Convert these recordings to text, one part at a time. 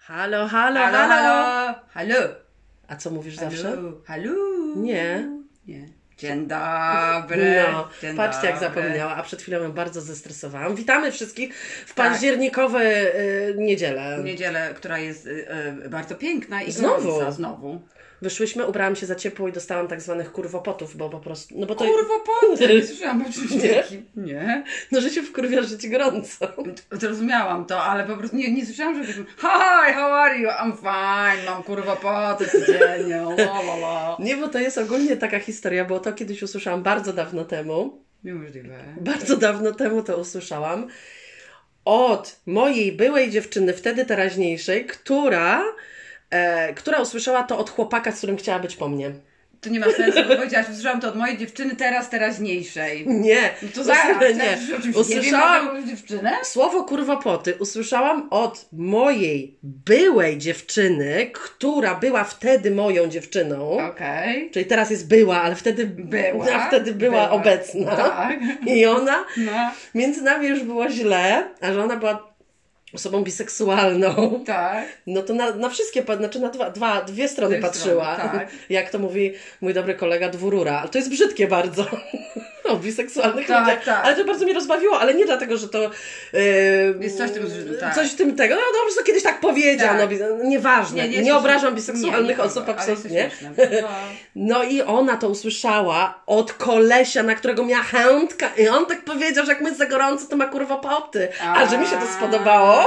Halo. Halo. A co mówisz zawsze? Halo. Nie. Dzień dobry. No, Dzień patrzcie jak dobry. zapomniała, a przed chwilą ją bardzo zestresowałam. Witamy wszystkich w październikowe niedzielę. Niedzielę, która jest bardzo piękna i Znowu. gorąca. Znowu. Wyszłyśmy, ubrałam się za ciepło i dostałam tak zwanych kurwopotów, bo po prostu... No bo to... Kurwopoty! Nie słyszałam o czymś Nie? takim. Nie. No, że się wkurwiasz, że ci gorąco. Zrozumiałam to, ale po prostu nie słyszałam, że byśmy hi, how are you? I'm fine, mam kurwopoty codziennie, la. Nie, bo to jest ogólnie taka historia, bo to kiedyś usłyszałam bardzo dawno temu. Niemożliwe. Bardzo dawno temu to usłyszałam od mojej byłej dziewczyny, wtedy teraźniejszej, która usłyszała to od chłopaka, z którym chciała być po mnie. To nie ma sensu, bo powiedziałaś, usłyszałam to od mojej dziewczyny teraźniejszej. Nie, No to zaraz, nie. Usłyszałam dziewczynę? słowo kurwopoty, usłyszałam od mojej byłej dziewczyny, która była wtedy moją dziewczyną. Okej. Czyli teraz jest była, ale wtedy była obecna. Tak. I ona, No, między nami już było źle, a że ona była osobą biseksualną, tak. no to na wszystkie, znaczy na dwie strony Dwie patrzyła. strony, tak. Jak to mówi mój dobry kolega dwurura. Ale to jest brzydkie bardzo. O biseksualnych Tak, ludziach. tak. Ale to bardzo mnie rozbawiło, ale nie dlatego, że to... Jest coś w tym, tak. Coś w tym tego. No dobrze, to kiedyś tak powiedział. Tak. No, nieważne. Nie obrażam biseksualnych nie, osób, ale absolutnie. jest to śmieszne. No i ona to usłyszała od kolesia, na którego miała chętkę i on tak powiedział, że jak my za gorąco, to ma kurwa poty. A że mi się to spodobało,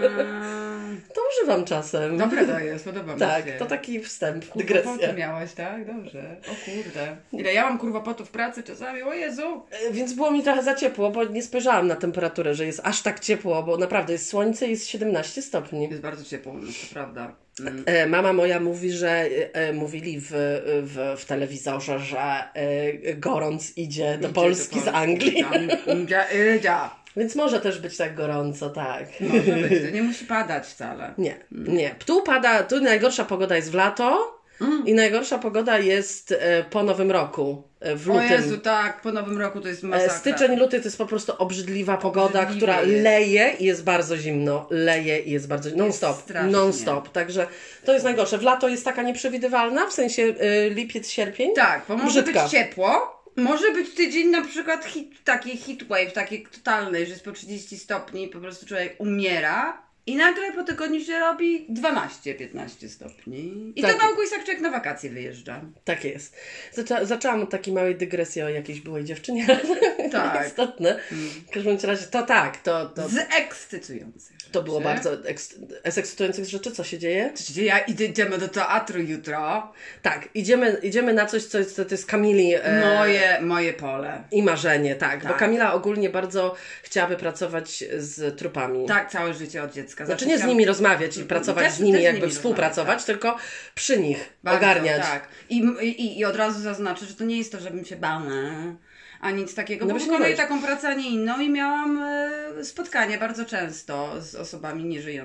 to używam czasem. Dobre to jest, podoba mi Tak, się. to taki wstęp, Kurwopoty dygresja. miałaś, tak? Dobrze. O kurde. Ile ja mam kurwopotów w pracy czasami, o Jezu. Więc było mi trochę za ciepło, bo nie spojrzałam na temperaturę, że jest aż tak ciepło, bo naprawdę jest słońce i jest 17 stopni. Jest bardzo ciepło, no to prawda. Mama moja mówi, że mówili w telewizorze, że gorąc idzie do Polski z Anglii. Idzie. Więc może też być tak gorąco, tak. Może być, to nie musi padać wcale. Nie. Tu najgorsza pogoda jest w lato i najgorsza pogoda jest po Nowym Roku, w O lutym. Jezu, tak, po Nowym Roku to jest masakra. Styczeń, luty to jest po prostu obrzydliwa pogoda, Obrzydliwe która jest. leje i jest bardzo zimno. Leje i jest bardzo non-stop. strasznie. Non-stop. Także to jest najgorsze. W lato jest taka nieprzewidywalna, w sensie lipiec, sierpień. Tak, bo może Brzydka. być ciepło, może być tydzień na przykład taki heat wave, taki totalny, że jest po 30 stopni i po prostu człowiek umiera i nagle po tygodniu się robi 12-15 stopni. I Tak. to na jak człowiek na wakacje wyjeżdża. Tak jest. Zaczęłam od takiej małej dygresji o jakiejś byłej dziewczynie, ale Tak. istotne. W każdym razie to tak, to Z ekscytujących rzeczy. to było bardzo z ekscytujących rzeczy, co się dzieje. Co się dzieje? Idziemy do teatru jutro. Tak, idziemy na coś, co to jest Kamili Moje pole. i marzenie, tak. Bo Tak. Kamila ogólnie bardzo chciałaby pracować z trupami. Tak, całe życie od dziecka. Znaczy nie z nimi rozmawiać i pracować z nimi, też z jakby nimi współpracować, rozmawiać, tylko przy nich Bardzo, ogarniać. Tak. I od razu zaznaczę, że to nie jest to, żebym się bała, a nic takiego, No bo bo się nie wykonuję boisz. taką pracę, a nie inną i miałam spotkania bardzo często z osobami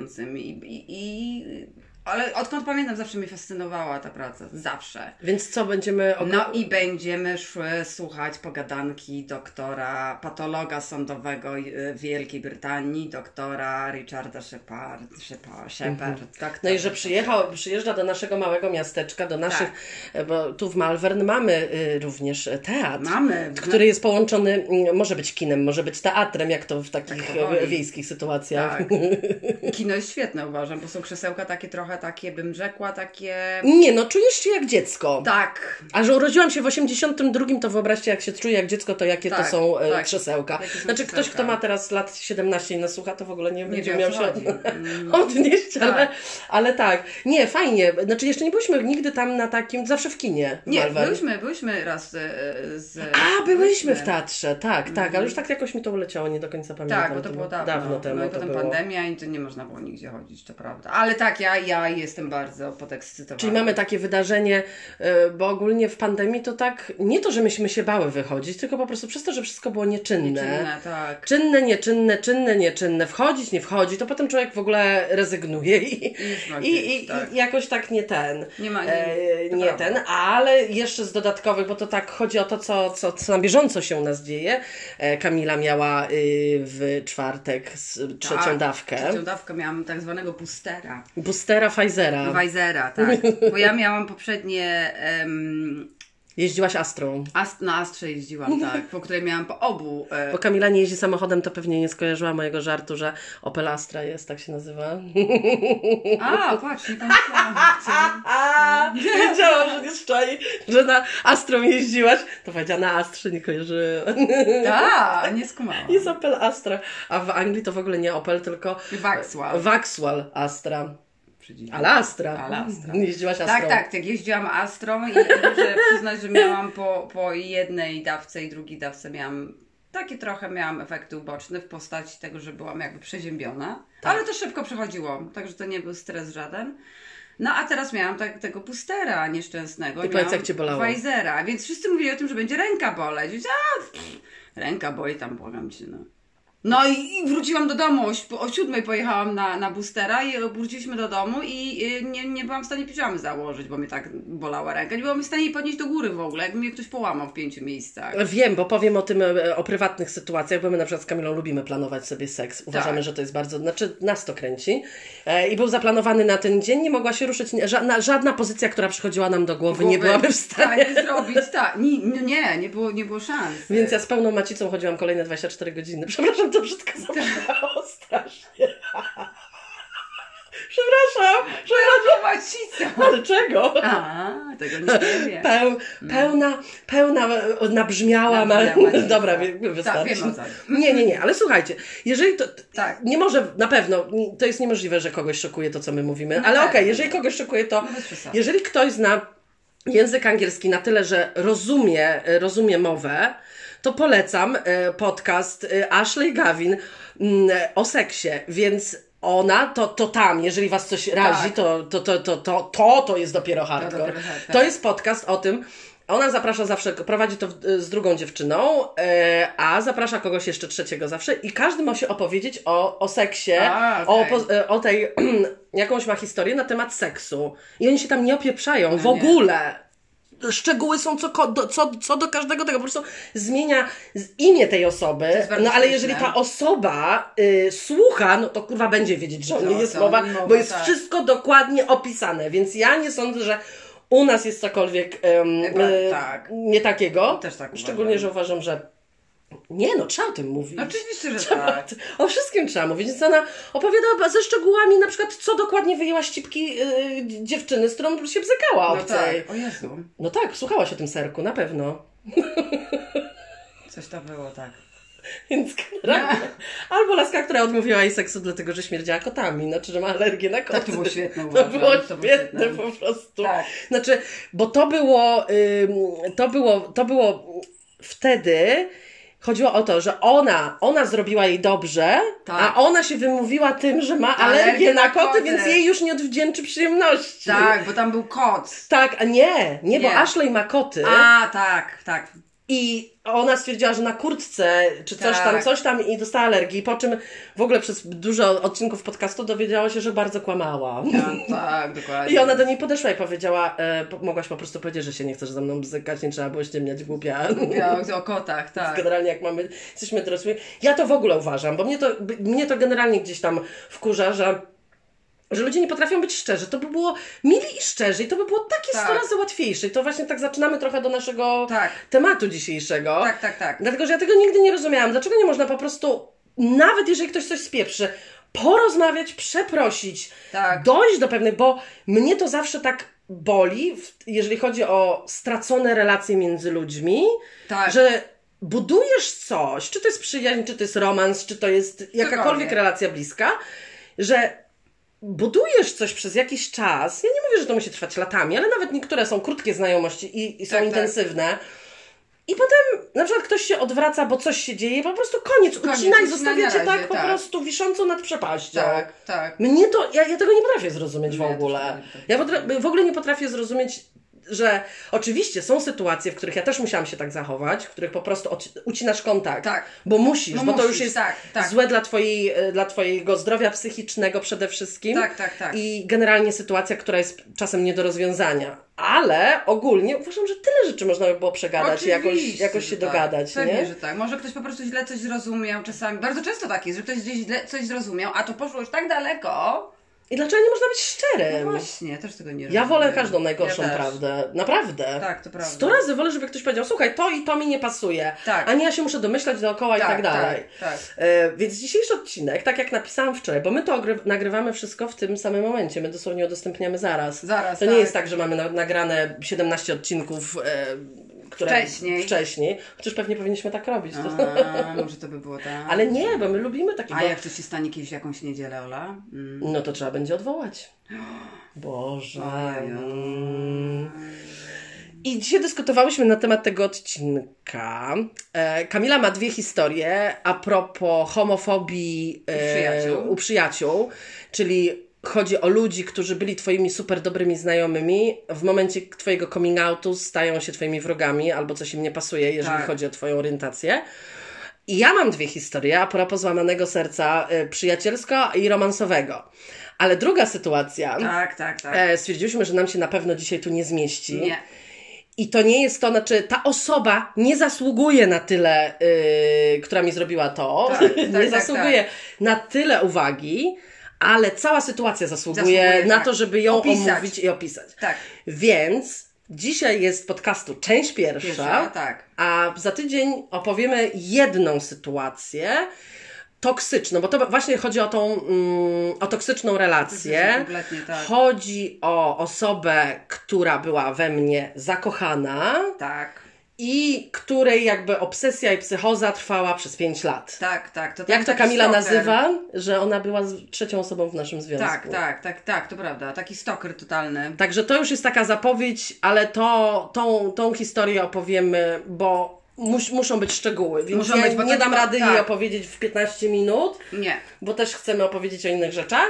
nieżyjącymi ale odkąd pamiętam, zawsze mnie fascynowała ta praca. Zawsze. Więc co będziemy... No i będziemy szły słuchać pogadanki doktora, patologa sądowego Wielkiej Brytanii, doktora Richarda Shepard. No i że przyjeżdża do naszego małego miasteczka, do naszych, bo tu w Malvern mamy również teatr, Mamy. który jest połączony, może być kinem, może być teatrem, jak to w takich Tak to woli. wiejskich sytuacjach. Tak. Kino jest świetne, uważam, bo są krzesełka takie, bym rzekła, takie... Nie, no czujesz się jak dziecko. Tak. A że urodziłam się w 82, to wyobraźcie, jak się czuję jak dziecko, to jakie to są krzesełka. Jakie są Znaczy ktoś, krzesełka? kto ma teraz lat 17 i nas słucha, to w ogóle nie będzie wie, o miał co się chodzi. odnieść, Tak. ale tak. Nie, fajnie. Znaczy jeszcze nie byliśmy nigdy tam na takim, zawsze w kinie. Nie, Malvern. byliśmy raz Byliśmy w teatrze, tak, ale już tak jakoś mi to uleciało, nie do końca pamiętam. Tak, bo to było dawno temu. No i to potem było. pandemia i to nie można było nigdzie chodzić, to prawda. Ale tak, ja ja jestem bardzo podekscytowana. Czyli mamy takie wydarzenie, bo ogólnie w pandemii to tak, nie to, że myśmy się bały wychodzić, tylko po prostu przez to, że wszystko było nieczynne. Nieczynne, tak. Czynne, nieczynne, czynne, nieczynne. Wchodzić, nie wchodzi, to potem człowiek w ogóle rezygnuje i jakoś tak nie ten. Nie ten, ale jeszcze z dodatkowych, bo to tak chodzi o to, co na bieżąco się u nas dzieje. Kamila miała w czwartek trzecią dawkę. Trzecią dawkę miałam tak zwanego boostera. Boostera Pfizera, tak. Bo ja miałam poprzednie... Jeździłaś Astrą. Na Astrze jeździłam, tak. Po której miałam po obu. Bo Kamila nie jeździ samochodem, to pewnie nie skojarzyła mojego żartu, że Opel Astra jest, tak się nazywa. Patrz, nie pomyślałam. Wiedziałam, że nie szczai, że na Astrą jeździłaś. To powiedziała, na Astrze nie kojarzyła. Tak, nie skumałam. Jest Opel Astra. A w Anglii to w ogóle nie Opel, tylko Vauxhall Astra. Ale Astra. Jeździłaś Astrą. Tak, jeździłam Astrą i muszę przyznać, że miałam po jednej dawce i drugiej dawce miałam efekty uboczne w postaci tego, że byłam jakby przeziębiona. Tak. Ale to szybko przechodziło, także to nie był stres żaden. No a teraz miałam tego boostera nieszczęsnego. I powiedz, jak Cię bolało? Pfizera, więc wszyscy mówili o tym, że będzie ręka boleć. Więc ręka boli, tam błagam Cię, no. No i wróciłam do domu, o 7:00 pojechałam na boostera i wróciliśmy do domu i nie byłam w stanie piżamy założyć, bo mnie tak bolała ręka. Nie byłam w stanie jej podnieść do góry w ogóle, jakby mnie ktoś połamał w 5 miejscach. Wiem, bo powiem o prywatnych sytuacjach, bo my na przykład z Kamilą lubimy planować sobie seks. Uważamy, że to jest bardzo, nas to kręci. I był zaplanowany na ten dzień, nie mogła się ruszyć, żadna pozycja, która przychodziła nam do głowy, nie byłaby w stanie zrobić. Nie było szans. Więc ja z pełną macicą chodziłam kolejne 24 godziny. Przepraszam, to brzydko zabrzmiało strasznie. Przepraszam. Macica. Ale czego? Tego nie wiem. Pełna nabrzmiałam, ale dobra, wystarczy. Tak, wiem Nie, ale słuchajcie, jeżeli to, nie może, na pewno, to jest niemożliwe, że kogoś szokuje to, co my mówimy, ale okej, jeżeli kogoś szokuje to, jeżeli ktoś zna język angielski na tyle, że rozumie mowę, to polecam podcast Ashley Gavin o seksie, więc ona, to tam, jeżeli was coś razi, to jest dopiero hardcore. To jest podcast o tym, ona zaprasza zawsze, prowadzi to z drugą dziewczyną, a zaprasza kogoś jeszcze trzeciego zawsze i każdy ma się opowiedzieć o seksie, o tej, jakąś ma historię na temat seksu. I oni się tam nie opieprzają w ogóle. Szczegóły są co do każdego tego, po prostu zmienia imię tej osoby, no ale jeżeli ta osoba słucha, no to kurwa będzie wiedzieć, że nie jest mowa, bo jest wszystko dokładnie opisane, więc ja nie sądzę, że u nas jest cokolwiek nie takiego, też tak szczególnie, że uważam, że trzeba o tym mówić. Oczywiście, że tak. O wszystkim trzeba mówić. Więc ona opowiada ze szczegółami, na przykład, co dokładnie wyjęła ścipki dziewczyny, z którą się bzykała obcej. Tak. O Jezu. No tak, słuchałaś o tym serku, na pewno. Coś tam było, tak. Więc generalnie. Albo laska, która odmówiła jej seksu dlatego, że śmierdziała kotami, znaczy, że ma alergię na koty. Tak, to było świetne. To było świetne po prostu. Tak. Znaczy, bo to było wtedy. Chodziło o to, że ona zrobiła jej dobrze, a ona się wymówiła tym, że ma alergię na koty, więc jej już nie odwdzięczy przyjemności. Tak, bo tam był kot. Tak, a nie, bo Ashley ma koty. Tak. I ona stwierdziła, że na kurtce, czy coś tam i dostała alergii, po czym w ogóle przez dużo odcinków podcastu dowiedziała się, że bardzo kłamała. Tak, dokładnie. I ona do niej podeszła i powiedziała, mogłaś po prostu powiedzieć, że się nie chcesz ze mną bzykać, nie trzeba było ściemniać głupia. O kotach, tak. Generalnie jak jesteśmy dorosłymi. Ja to w ogóle uważam, bo mnie to generalnie gdzieś tam wkurza, że ludzie nie potrafią być szczerzy. To by było mili i szczerzy i to by było takie 100 razy łatwiejsze. I to właśnie tak zaczynamy trochę do naszego tematu dzisiejszego. Tak. Dlatego, że ja tego nigdy nie rozumiałam. Dlaczego nie można po prostu, nawet jeżeli ktoś coś spieprzy, porozmawiać, przeprosić, dojść do pewnych, bo mnie to zawsze tak boli, jeżeli chodzi o stracone relacje między ludźmi, że budujesz coś, czy to jest przyjaźń, czy to jest romans, czy to jest jakakolwiek relacja bliska, że budujesz coś przez jakiś czas, ja nie mówię, że to musi trwać latami, ale nawet niektóre są krótkie znajomości i są intensywne, I potem na przykład ktoś się odwraca, bo coś się dzieje, po prostu koniec, ucina i zostawia cię tak po prostu wiszącą nad przepaścią. Tak. Mnie to, ja tego nie potrafię zrozumieć w ogóle. Ja w ogóle nie potrafię zrozumieć, że oczywiście są sytuacje, w których ja też musiałam się tak zachować, w których po prostu ucinasz kontakt, bo musisz, bo to już jest złe dla twojego zdrowia psychicznego przede wszystkim. Tak. I generalnie sytuacja, która jest czasem nie do rozwiązania. Ale ogólnie uważam, że tyle rzeczy można by było przegadać i jakoś się dogadać. Pewnie, nie? że tak. Może ktoś po prostu źle coś zrozumiał czasami. Bardzo często tak jest, że ktoś gdzieś źle coś zrozumiał, a to poszło już tak daleko. I dlaczego nie można być szczerym? No właśnie, też tego nie rozumiem. Ja wolę każdą najgorszą prawdę. Naprawdę. Tak, to prawda. 100 razy wolę, żeby ktoś powiedział, słuchaj, to i to mi nie pasuje. Tak. A nie ja się muszę domyślać dookoła i tak dalej. Tak. Więc dzisiejszy odcinek, tak jak napisałam wczoraj, bo my to nagrywamy wszystko w tym samym momencie. My dosłownie udostępniamy zaraz. To nie jest tak, że mamy nagrane 17 odcinków wcześniej. Chociaż pewnie powinniśmy tak robić. Może to by było tak. Ale nie, bo my lubimy takiego... A jak to się stanie kiedyś jakąś niedzielę, Ola? No to trzeba będzie odwołać. Boże. I dzisiaj dyskutowałyśmy na temat tego odcinka. Kamila ma 2 historie a propos homofobii u przyjaciół, czyli chodzi o ludzi, którzy byli twoimi super dobrymi znajomymi, w momencie twojego coming outu stają się twoimi wrogami, albo coś im nie pasuje, jeżeli chodzi o twoją orientację. I ja mam 2 historie a propos złamanego serca przyjacielskiego i romansowego. Ale druga sytuacja, stwierdziłyśmy, że nam się na pewno dzisiaj tu nie zmieści. Nie. I to nie jest to, znaczy ta osoba nie zasługuje na tyle, która mi zrobiła to, nie zasługuje na tyle uwagi, ale cała sytuacja zasługuje na to, żeby ją omówić i opisać. Tak. Więc dzisiaj jest podcastu część pierwsza, a za tydzień opowiemy jedną sytuację toksyczną, bo to właśnie chodzi o toksyczną relację. Kompletnie, tak. Chodzi o osobę, która była we mnie zakochana. Tak. I której jakby obsesja i psychoza trwała przez 5 lat. Tak. To jak to Kamila nazywa? Że ona była trzecią osobą w naszym związku. Tak, to prawda. Taki stalker totalny. Także to już jest taka zapowiedź, ale tą historię opowiemy, bo muszą być szczegóły, więc nie dam rady jej opowiedzieć w 15 minut. Nie. Bo też chcemy opowiedzieć o innych rzeczach.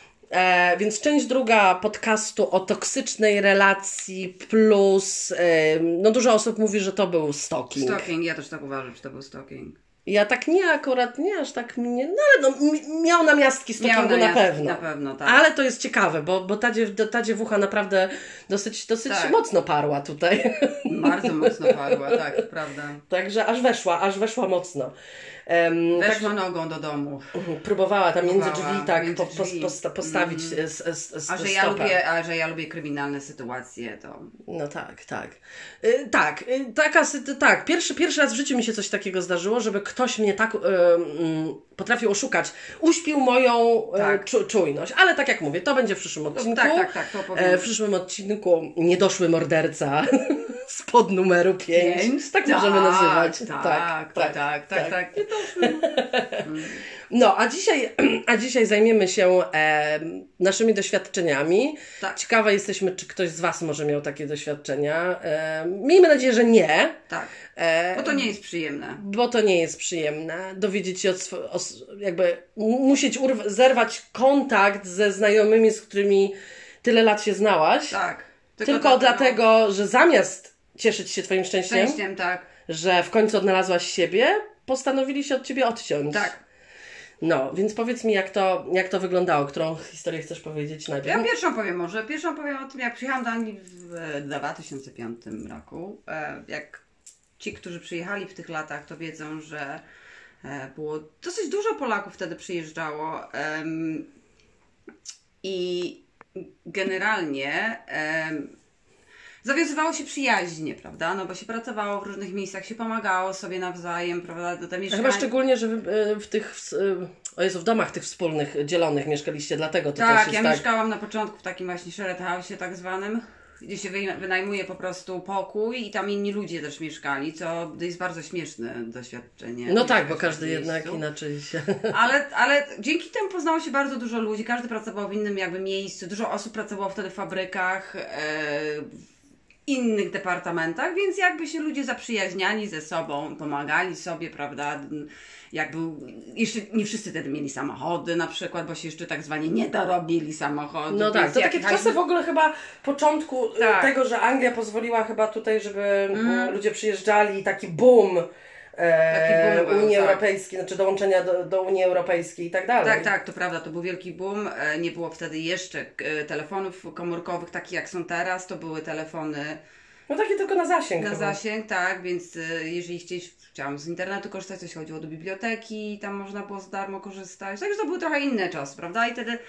Więc część druga podcastu o toksycznej relacji plus dużo osób mówi, że to był stalking. Stalking, ja też tak uważam, że to był stalking. Ja tak akurat nie, aż tak mnie, no ale miał namiastki stalkingu na pewno. Na pewno, tak. Ale to jest ciekawe, bo ta dziewucha naprawdę dosyć mocno parła tutaj. Bardzo mocno parła, tak, to prawda. Także aż weszła mocno. Weszła nogą do domu. Próbowała tam między drzwi postawić stopę. A że ja lubię kryminalne sytuacje, to... No tak. Pierwszy raz w życiu mi się coś takiego zdarzyło, żeby ktoś mnie tak potrafił oszukać. Uśpił moją czujność. Ale tak jak mówię, to będzie w przyszłym odcinku. Tak, to powiem. W przyszłym odcinku niedoszły morderca spod numeru 5. Tak możemy nazywać. Tak. Niedoszły. No, a dzisiaj zajmiemy się naszymi doświadczeniami. Tak. Ciekawa jesteśmy, czy ktoś z Was może miał takie doświadczenia. Miejmy nadzieję, że nie. Tak, bo to nie jest przyjemne. Dowiedzieć się jakby musieć zerwać kontakt ze znajomymi, z którymi tyle lat się znałaś. Tak. Tylko dlatego, że zamiast cieszyć się Twoim szczęściem, że w końcu odnalazłaś siebie, postanowili się od Ciebie odciąć. Tak. No, więc powiedz mi, jak to wyglądało. Którą historię chcesz powiedzieć najpierw? Ja pierwszą powiem o tym, jak przyjechałam do Anglii w 2005 roku. Jak ci, którzy przyjechali w tych latach, to wiedzą, że było dosyć dużo Polaków wtedy przyjeżdżało i generalnie zawiązywało się przyjaźnie, prawda? No bo się pracowało w różnych miejscach, się pomagało sobie nawzajem, prawda? Chyba szczególnie, że w domach tych wspólnych, dzielonych mieszkaliście, dlatego to też jest ja mieszkałam na początku w takim właśnie shared house'ie tak zwanym, gdzie się wynajmuje po prostu pokój i tam inni ludzie też mieszkali, co jest bardzo śmieszne doświadczenie. No tak, bo każdy jednak inaczej się... Ale dzięki temu poznało się bardzo dużo ludzi, każdy pracował w innym jakby miejscu, dużo osób pracowało wtedy w fabrykach, innych departamentach, więc jakby się ludzie zaprzyjaźniali ze sobą, pomagali sobie, prawda, jeszcze nie wszyscy wtedy mieli samochody na przykład, bo się jeszcze tak zwani nie dorobili samochody. No tak, to takie czasy w ogóle chyba początku tego, że Anglia pozwoliła chyba tutaj, żeby ludzie przyjeżdżali, taki boom Unii Europejskiej, znaczy dołączenia do Unii Europejskiej i tak dalej. Tak, to prawda, to był wielki boom. Nie było wtedy jeszcze telefonów komórkowych takich jak są teraz, to były telefony... No takie tylko na zasięg. Na zasięg, tak, więc jeżeli chciałam z internetu korzystać, to się chodziło do biblioteki, tam można było za darmo korzystać. Także to był trochę inny czas, prawda? I wtedy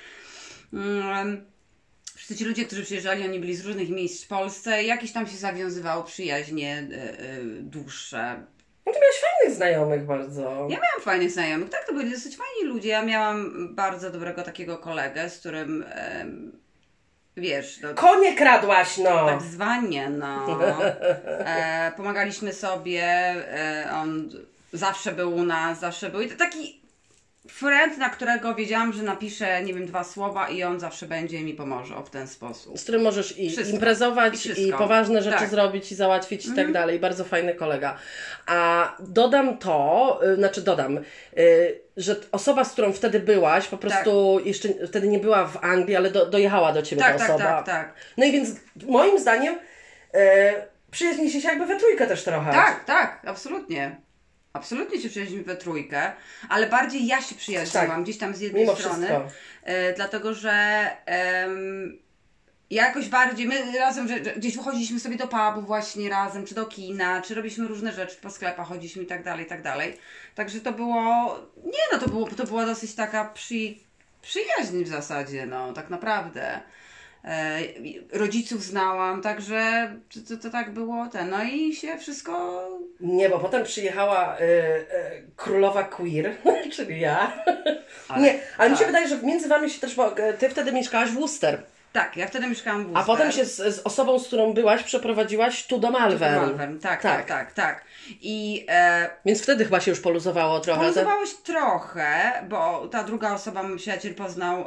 wszyscy ci ludzie, którzy przyjeżdżali, oni byli z różnych miejsc w Polsce, jakieś tam się zawiązywało przyjaźnie dłuższe. No ty miałeś fajnych znajomych bardzo. Ja miałam fajnych znajomych, tak, to byli dosyć fajni ludzie. Ja miałam bardzo dobrego takiego kolegę, z którym... wiesz... Konie kradłaś, no! Tak zwanie, no. Pomagaliśmy sobie, on zawsze był u nas, zawsze był. I to taki friend, na którego wiedziałam, że napiszę, nie wiem, 2 słowa i on zawsze będzie mi pomoże w ten sposób. Z którym możesz imprezować i poważne rzeczy zrobić i załatwić i tak dalej. Bardzo fajny kolega. A dodam że osoba, z którą wtedy byłaś, po prostu jeszcze wtedy nie była w Anglii, ale dojechała do ciebie ta osoba. Tak. No i więc moim zdaniem przyjaźniliście się jakby we trójkę też trochę. Tak, absolutnie. Absolutnie się przyjaźniliśmy we trójkę, ale bardziej ja się przyjaźniłam gdzieś tam z jednej strony. Dlatego, że jakoś bardziej, my razem, że gdzieś wychodziliśmy sobie do pubu właśnie razem, czy do kina, czy robiliśmy różne rzeczy, po sklepach chodziliśmy i tak dalej. Także to było, to była dosyć taka przyjaźń w zasadzie, no, tak naprawdę. Rodziców znałam, także to tak było no i się wszystko... Nie, bo potem przyjechała królowa queer, czyli ja. Ale mi się wydaje, że między wami się też, bo ty wtedy mieszkałaś w Worcester. Tak, ja wtedy mieszkałam w Worcester. A potem się z osobą, z którą byłaś, przeprowadziłaś tu do Malvern. Tak. I, więc wtedy chyba się już poluzowało trochę. Poluzowałeś trochę, bo ta druga osoba, mój przyjaciel poznał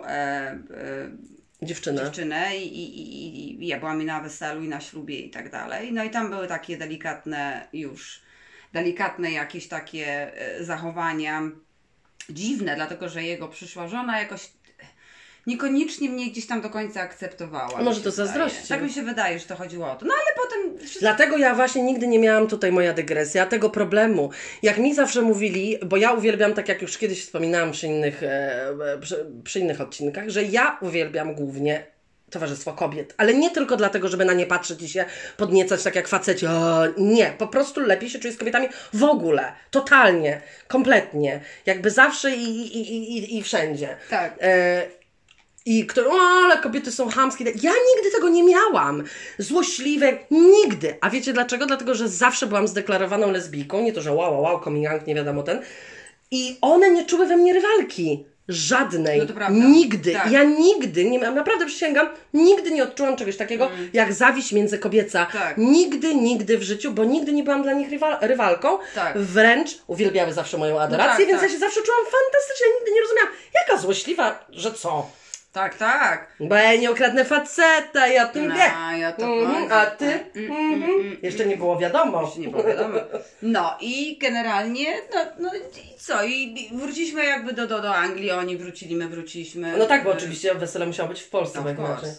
dziewczynę i ja byłam i na weselu, i na ślubie i tak dalej. No i tam były takie delikatne jakieś takie zachowania dziwne, dlatego że jego przyszła żona jakoś niekoniecznie mnie gdzieś tam do końca akceptowała. Może to zazdrości. Tak mi się wydaje, że to chodziło o to. No ale potem... Dlatego ja właśnie nigdy nie miałam tutaj, moja dygresja, tego problemu. Jak mi zawsze mówili, bo ja uwielbiam, tak jak już kiedyś wspominałam przy innych odcinkach, że ja uwielbiam głównie towarzystwo kobiet. Ale nie tylko dlatego, żeby na nie patrzeć i się podniecać tak jak faceci. Nie, po prostu lepiej się czuję z kobietami w ogóle. Totalnie. Kompletnie. Jakby zawsze i wszędzie. Tak. I ale kobiety są chamskie. Ja nigdy tego nie miałam. Złośliwe, nigdy. A wiecie dlaczego? Dlatego, że zawsze byłam zdeklarowaną lesbijką. Nie to, że wow, coming out, nie wiadomo ten. I one nie czuły we mnie rywalki. Żadnej. No to prawda. Nigdy. Tak. Ja nigdy, naprawdę przysięgam, nigdy nie odczułam czegoś takiego jak zawiść międzykobieca. Tak. Nigdy w życiu, bo nigdy nie byłam dla nich rywalką. Tak. Wręcz uwielbiały zawsze moją adorację, więc ja się zawsze czułam fantastycznie. Ja nigdy nie rozumiałam, jaka złośliwa, że co? Tak. Bo ja nie okradnę faceta, ja tym wie. Ja to a ty? Jeszcze nie było wiadomo. No i generalnie, no i co? I wróciliśmy jakby do Anglii, oni wrócili, my wróciliśmy. No tak, bo oczywiście wesele musiało być w Polsce. Of course.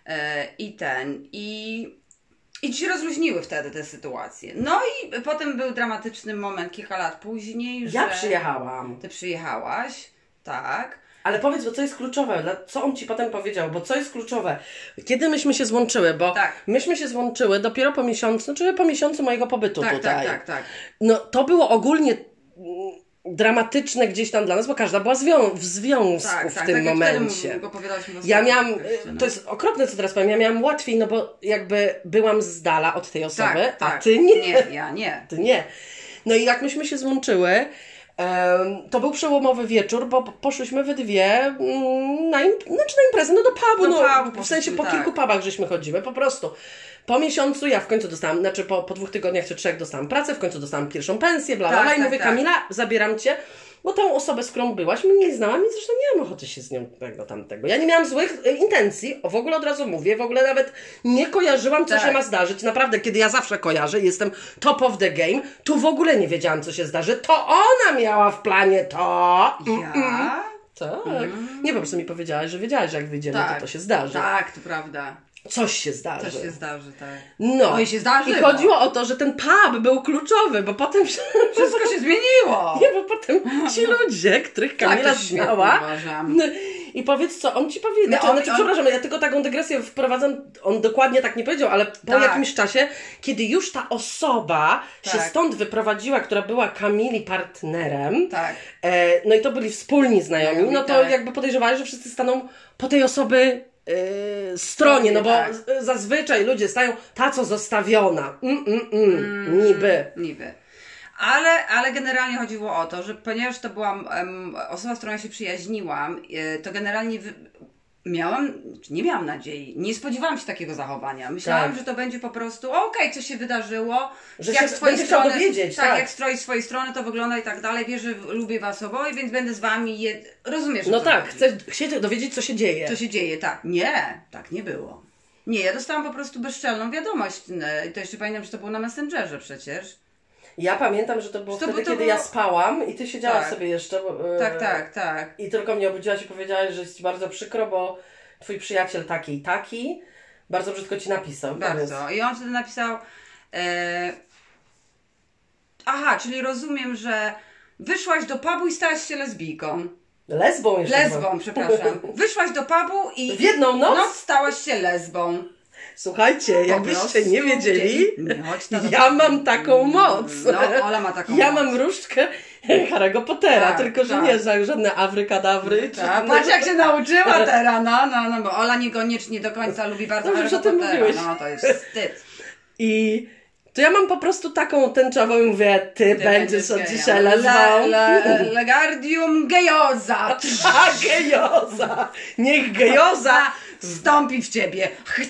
I się rozluźniły wtedy te sytuacje. No i potem był dramatyczny moment kilka lat później, że... Ja przyjechałam. Ty przyjechałaś, tak. Ale powiedz, bo co jest kluczowe, co on ci potem powiedział, bo co jest kluczowe, kiedy myśmy się złączyły, bo myśmy się złączyły dopiero po miesiącu, znaczy po miesiącu mojego pobytu tutaj. Tak. No to było ogólnie dramatyczne gdzieś tam dla nas, bo każda była w związku w tym momencie. Ja miałam, to jest okropne, co teraz powiem, ja miałam łatwiej, no bo jakby byłam z dala od tej osoby, a ty nie. Nie, ja nie. Ty nie. No i jak myśmy się złączyły, to był przełomowy wieczór, bo poszłyśmy we dwie na imprezę, do pubu, w sensie po kilku pubach żeśmy chodziły, po prostu. Po miesiącu ja w końcu dostałam, po 2 tygodniach czy 3 dostałam pracę, w końcu dostałam pierwszą pensję, i mówię, Kamila, zabieram Cię Bo tą osobę, z którą byłaś, mnie nie znałam i zresztą nie mam ochoty się z nią tego, tamtego. Ja nie miałam złych intencji, w ogóle od razu mówię, w ogóle nawet nie kojarzyłam, co się ma zdarzyć. Naprawdę, kiedy ja zawsze kojarzę, jestem top of the game, tu w ogóle nie wiedziałam, co się zdarzy. To ona miała w planie to. Ja? Tak. Nie, po prostu mi powiedziałaś, że wiedziałaś, że jak wyjdziemy, to się zdarzy. Tak, to prawda. Coś się zdarzy. Coś się zdarzy, tak. No i się zdarzyło. I chodziło o to, że ten pub był kluczowy, bo potem... Wszystko się zmieniło. Nie, bo potem ci ludzie, których Kamila znała... I powiedz, co on ci powiedział. Przepraszam, ja tylko taką dygresję wprowadzam, on dokładnie tak nie powiedział, ale po jakimś czasie, kiedy już ta osoba się stąd wyprowadziła, która była Kamili partnerem, no i to byli wspólni znajomi, no to jakby podejrzewali, że wszyscy staną po tej osoby stronie, no bo zazwyczaj ludzie stają ta, co zostawiona. Niby. Ale generalnie chodziło o to, że ponieważ to była osoba, z którą ja się przyjaźniłam, to generalnie nie miałam nadziei, nie spodziewałam się takiego zachowania. Myślałam, że to będzie po prostu okej, co się wydarzyło, że jak się z twojej będzie strony, dowiedzieć, jak z twojej strony to wygląda i tak dalej, wiesz, że lubię was oboje, więc będę z wami, rozumiesz? No tak, chcę dowiedzieć, co się dzieje. Co się dzieje, tak. Nie, tak nie było. Nie, ja dostałam po prostu bezczelną wiadomość. To jeszcze pamiętam, że to było na Messengerze przecież. Ja pamiętam, że to było wtedy, kiedy ja spałam i ty siedziałaś sobie jeszcze. Tak. I tylko mnie obudziłaś i powiedziałaś, że jest ci bardzo przykro, bo twój przyjaciel taki i taki bardzo brzydko ci napisał. Bardzo. I on wtedy napisał czyli rozumiem, że wyszłaś do pubu i stałaś się lesbijką. Lesbą jeszcze. Lesbą, przepraszam. Wyszłaś do pubu i w jedną noc stałaś się lesbą. Słuchajcie, jakbyście nie wiedzieli, ja mam taką moc. No, Ola ma taką moc. Ja mam różdżkę Harry'ego Pottera, tylko że nie żadne awrykadabry. Patrz jak się nauczyła teraz, no, bo Ola niekoniecznie do końca lubi bardzo Harry'ego Pottera. No, to jest wstyd. I to ja mam po prostu taką tęczową i mówię, ty będziesz od dzisiaj lesbą. Legardium gejoza. Gejoza. Niech gejoza wstąpi w ciebie.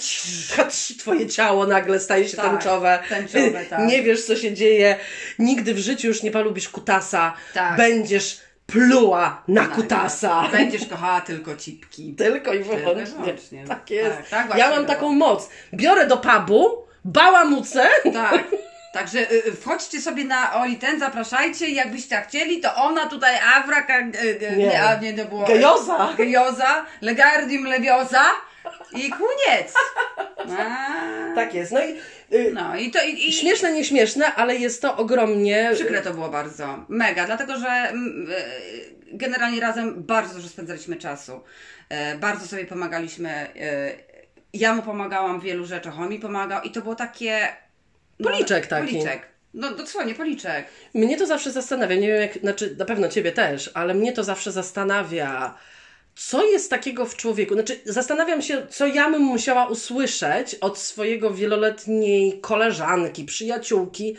Twoje ciało nagle staje się tęczowe. Nie wiesz, co się dzieje. Nigdy w życiu już nie polubisz kutasa. Będziesz pluła na kutasa. Będziesz kochała tylko cipki. Tylko i wyłącznie. Tak jest. Ja mam taką moc. Biorę do pubu, bałamucę. Tak. Także wchodźcie sobie na Oli zapraszajcie, jakbyście chcieli, to ona tutaj nie było. Gejoza, legardium leviosa i koniec. Tak jest. I śmieszne, nieśmieszne, ale jest to ogromnie... Przykre to było bardzo. Mega, dlatego że generalnie razem bardzo dużo spędzaliśmy czasu. Bardzo sobie pomagaliśmy. Ja mu pomagałam w wielu rzeczach, on mi pomagał i to było takie... Policzek taki. Policzek. No dosłownie, policzek. Mnie to zawsze zastanawia, nie wiem na pewno ciebie też, ale mnie to zawsze zastanawia, co jest takiego w człowieku. Zastanawiam się, co ja bym musiała usłyszeć od swojego wieloletniej koleżanki, przyjaciółki.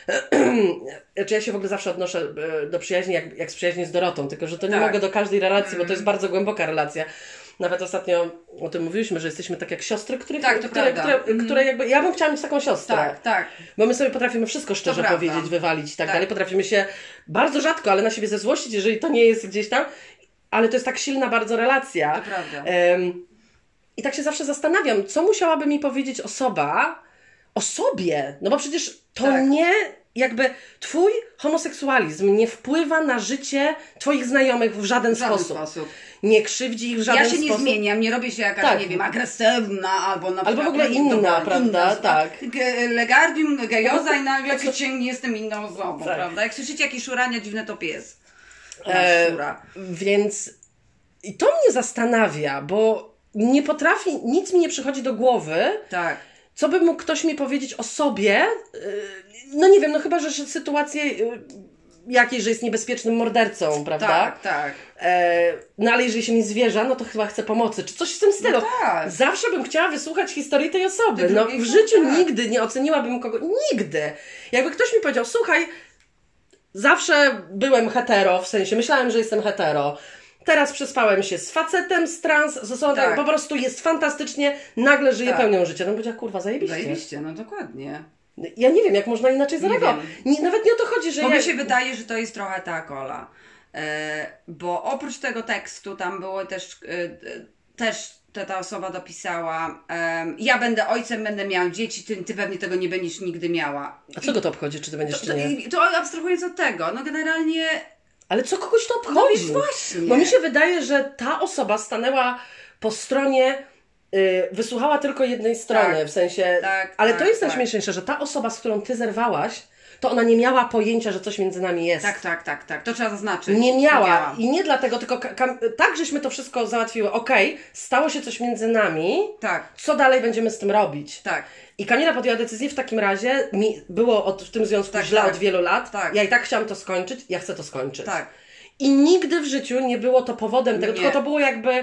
Ja się w ogóle zawsze odnoszę do przyjaźni jak z przyjaźni z Dorotą, tylko że to nie mogę do każdej relacji, bo to jest bardzo głęboka relacja. Nawet ostatnio o tym mówiliśmy, że jesteśmy tak jak siostry, które jakby... Ja bym chciała mieć taką siostrę. Tak. Bo my sobie potrafimy wszystko szczerze powiedzieć, wywalić i tak dalej. Potrafimy się bardzo rzadko, ale na siebie zezłościć, jeżeli to nie jest gdzieś tam. Ale to jest tak silna bardzo relacja. To prawda. I tak się zawsze zastanawiam, co musiałaby mi powiedzieć osoba o sobie. No bo przecież to nie... Jakby twój homoseksualizm nie wpływa na życie twoich znajomych w żaden sposób. Nie krzywdzi ich w żaden sposób. Ja się nie zmieniam, nie robię się jakaś, nie wiem, agresywna albo na przykład... Albo w ogóle inna, prawda? Tak. Legardium, gejoza i nagle nie jestem inną osobą, prawda? Jak słyszycie jakieś szurania dziwne, to pies. Więc i to mnie zastanawia, bo nie potrafi, nic mi nie przychodzi do głowy. Tak. Co by mógł ktoś mi powiedzieć o sobie? No nie wiem, chyba, że sytuację jakiejś, że jest niebezpiecznym mordercą, prawda? Tak. No ale jeżeli się mi zwierza, no to chyba chce pomocy, czy coś w tym stylu. No tak. Zawsze bym chciała wysłuchać historii tej osoby. W życiu nigdy nie oceniłabym kogo, nigdy. Jakby ktoś mi powiedział, słuchaj, zawsze byłem hetero, w sensie myślałem, że jestem hetero. Teraz przespałem się z facetem, z trans, z osobą, po prostu jest fantastycznie, nagle żyje pełnią życia. No powiedziała, kurwa, zajebiście. Zajebiście, no dokładnie. Ja nie wiem, jak można inaczej zareagować. Nawet nie o to chodzi, że mi się wydaje, że to jest trochę tak, Ola, Bo oprócz tego tekstu tam było też ta osoba dopisała, ja będę ojcem, będę miał dzieci, ty pewnie tego nie będziesz nigdy miała. A co go to obchodzi, czy ty będziesz, czy nie? To abstrahując od tego, no generalnie... Ale co kogoś to obchodzi? No właśnie. Bo mi się wydaje, że ta osoba stanęła po stronie, wysłuchała tylko jednej strony, w sensie... ale to jest najśmieszniejsze, że ta osoba, z którą ty zerwałaś, to ona nie miała pojęcia, że coś między nami jest. Tak. To trzeba zaznaczyć. Nie miała. I nie dlatego, tylko tak, żeśmy to wszystko załatwiły. Okej, stało się coś między nami. Tak. Co dalej będziemy z tym robić? Tak. I Kamila podjęła decyzję w takim razie, mi było w tym związku źle od wielu lat. Tak. Ja i tak chciałam to skończyć, ja chcę to skończyć. Tak. I nigdy w życiu nie było to powodem tego, tylko to było jakby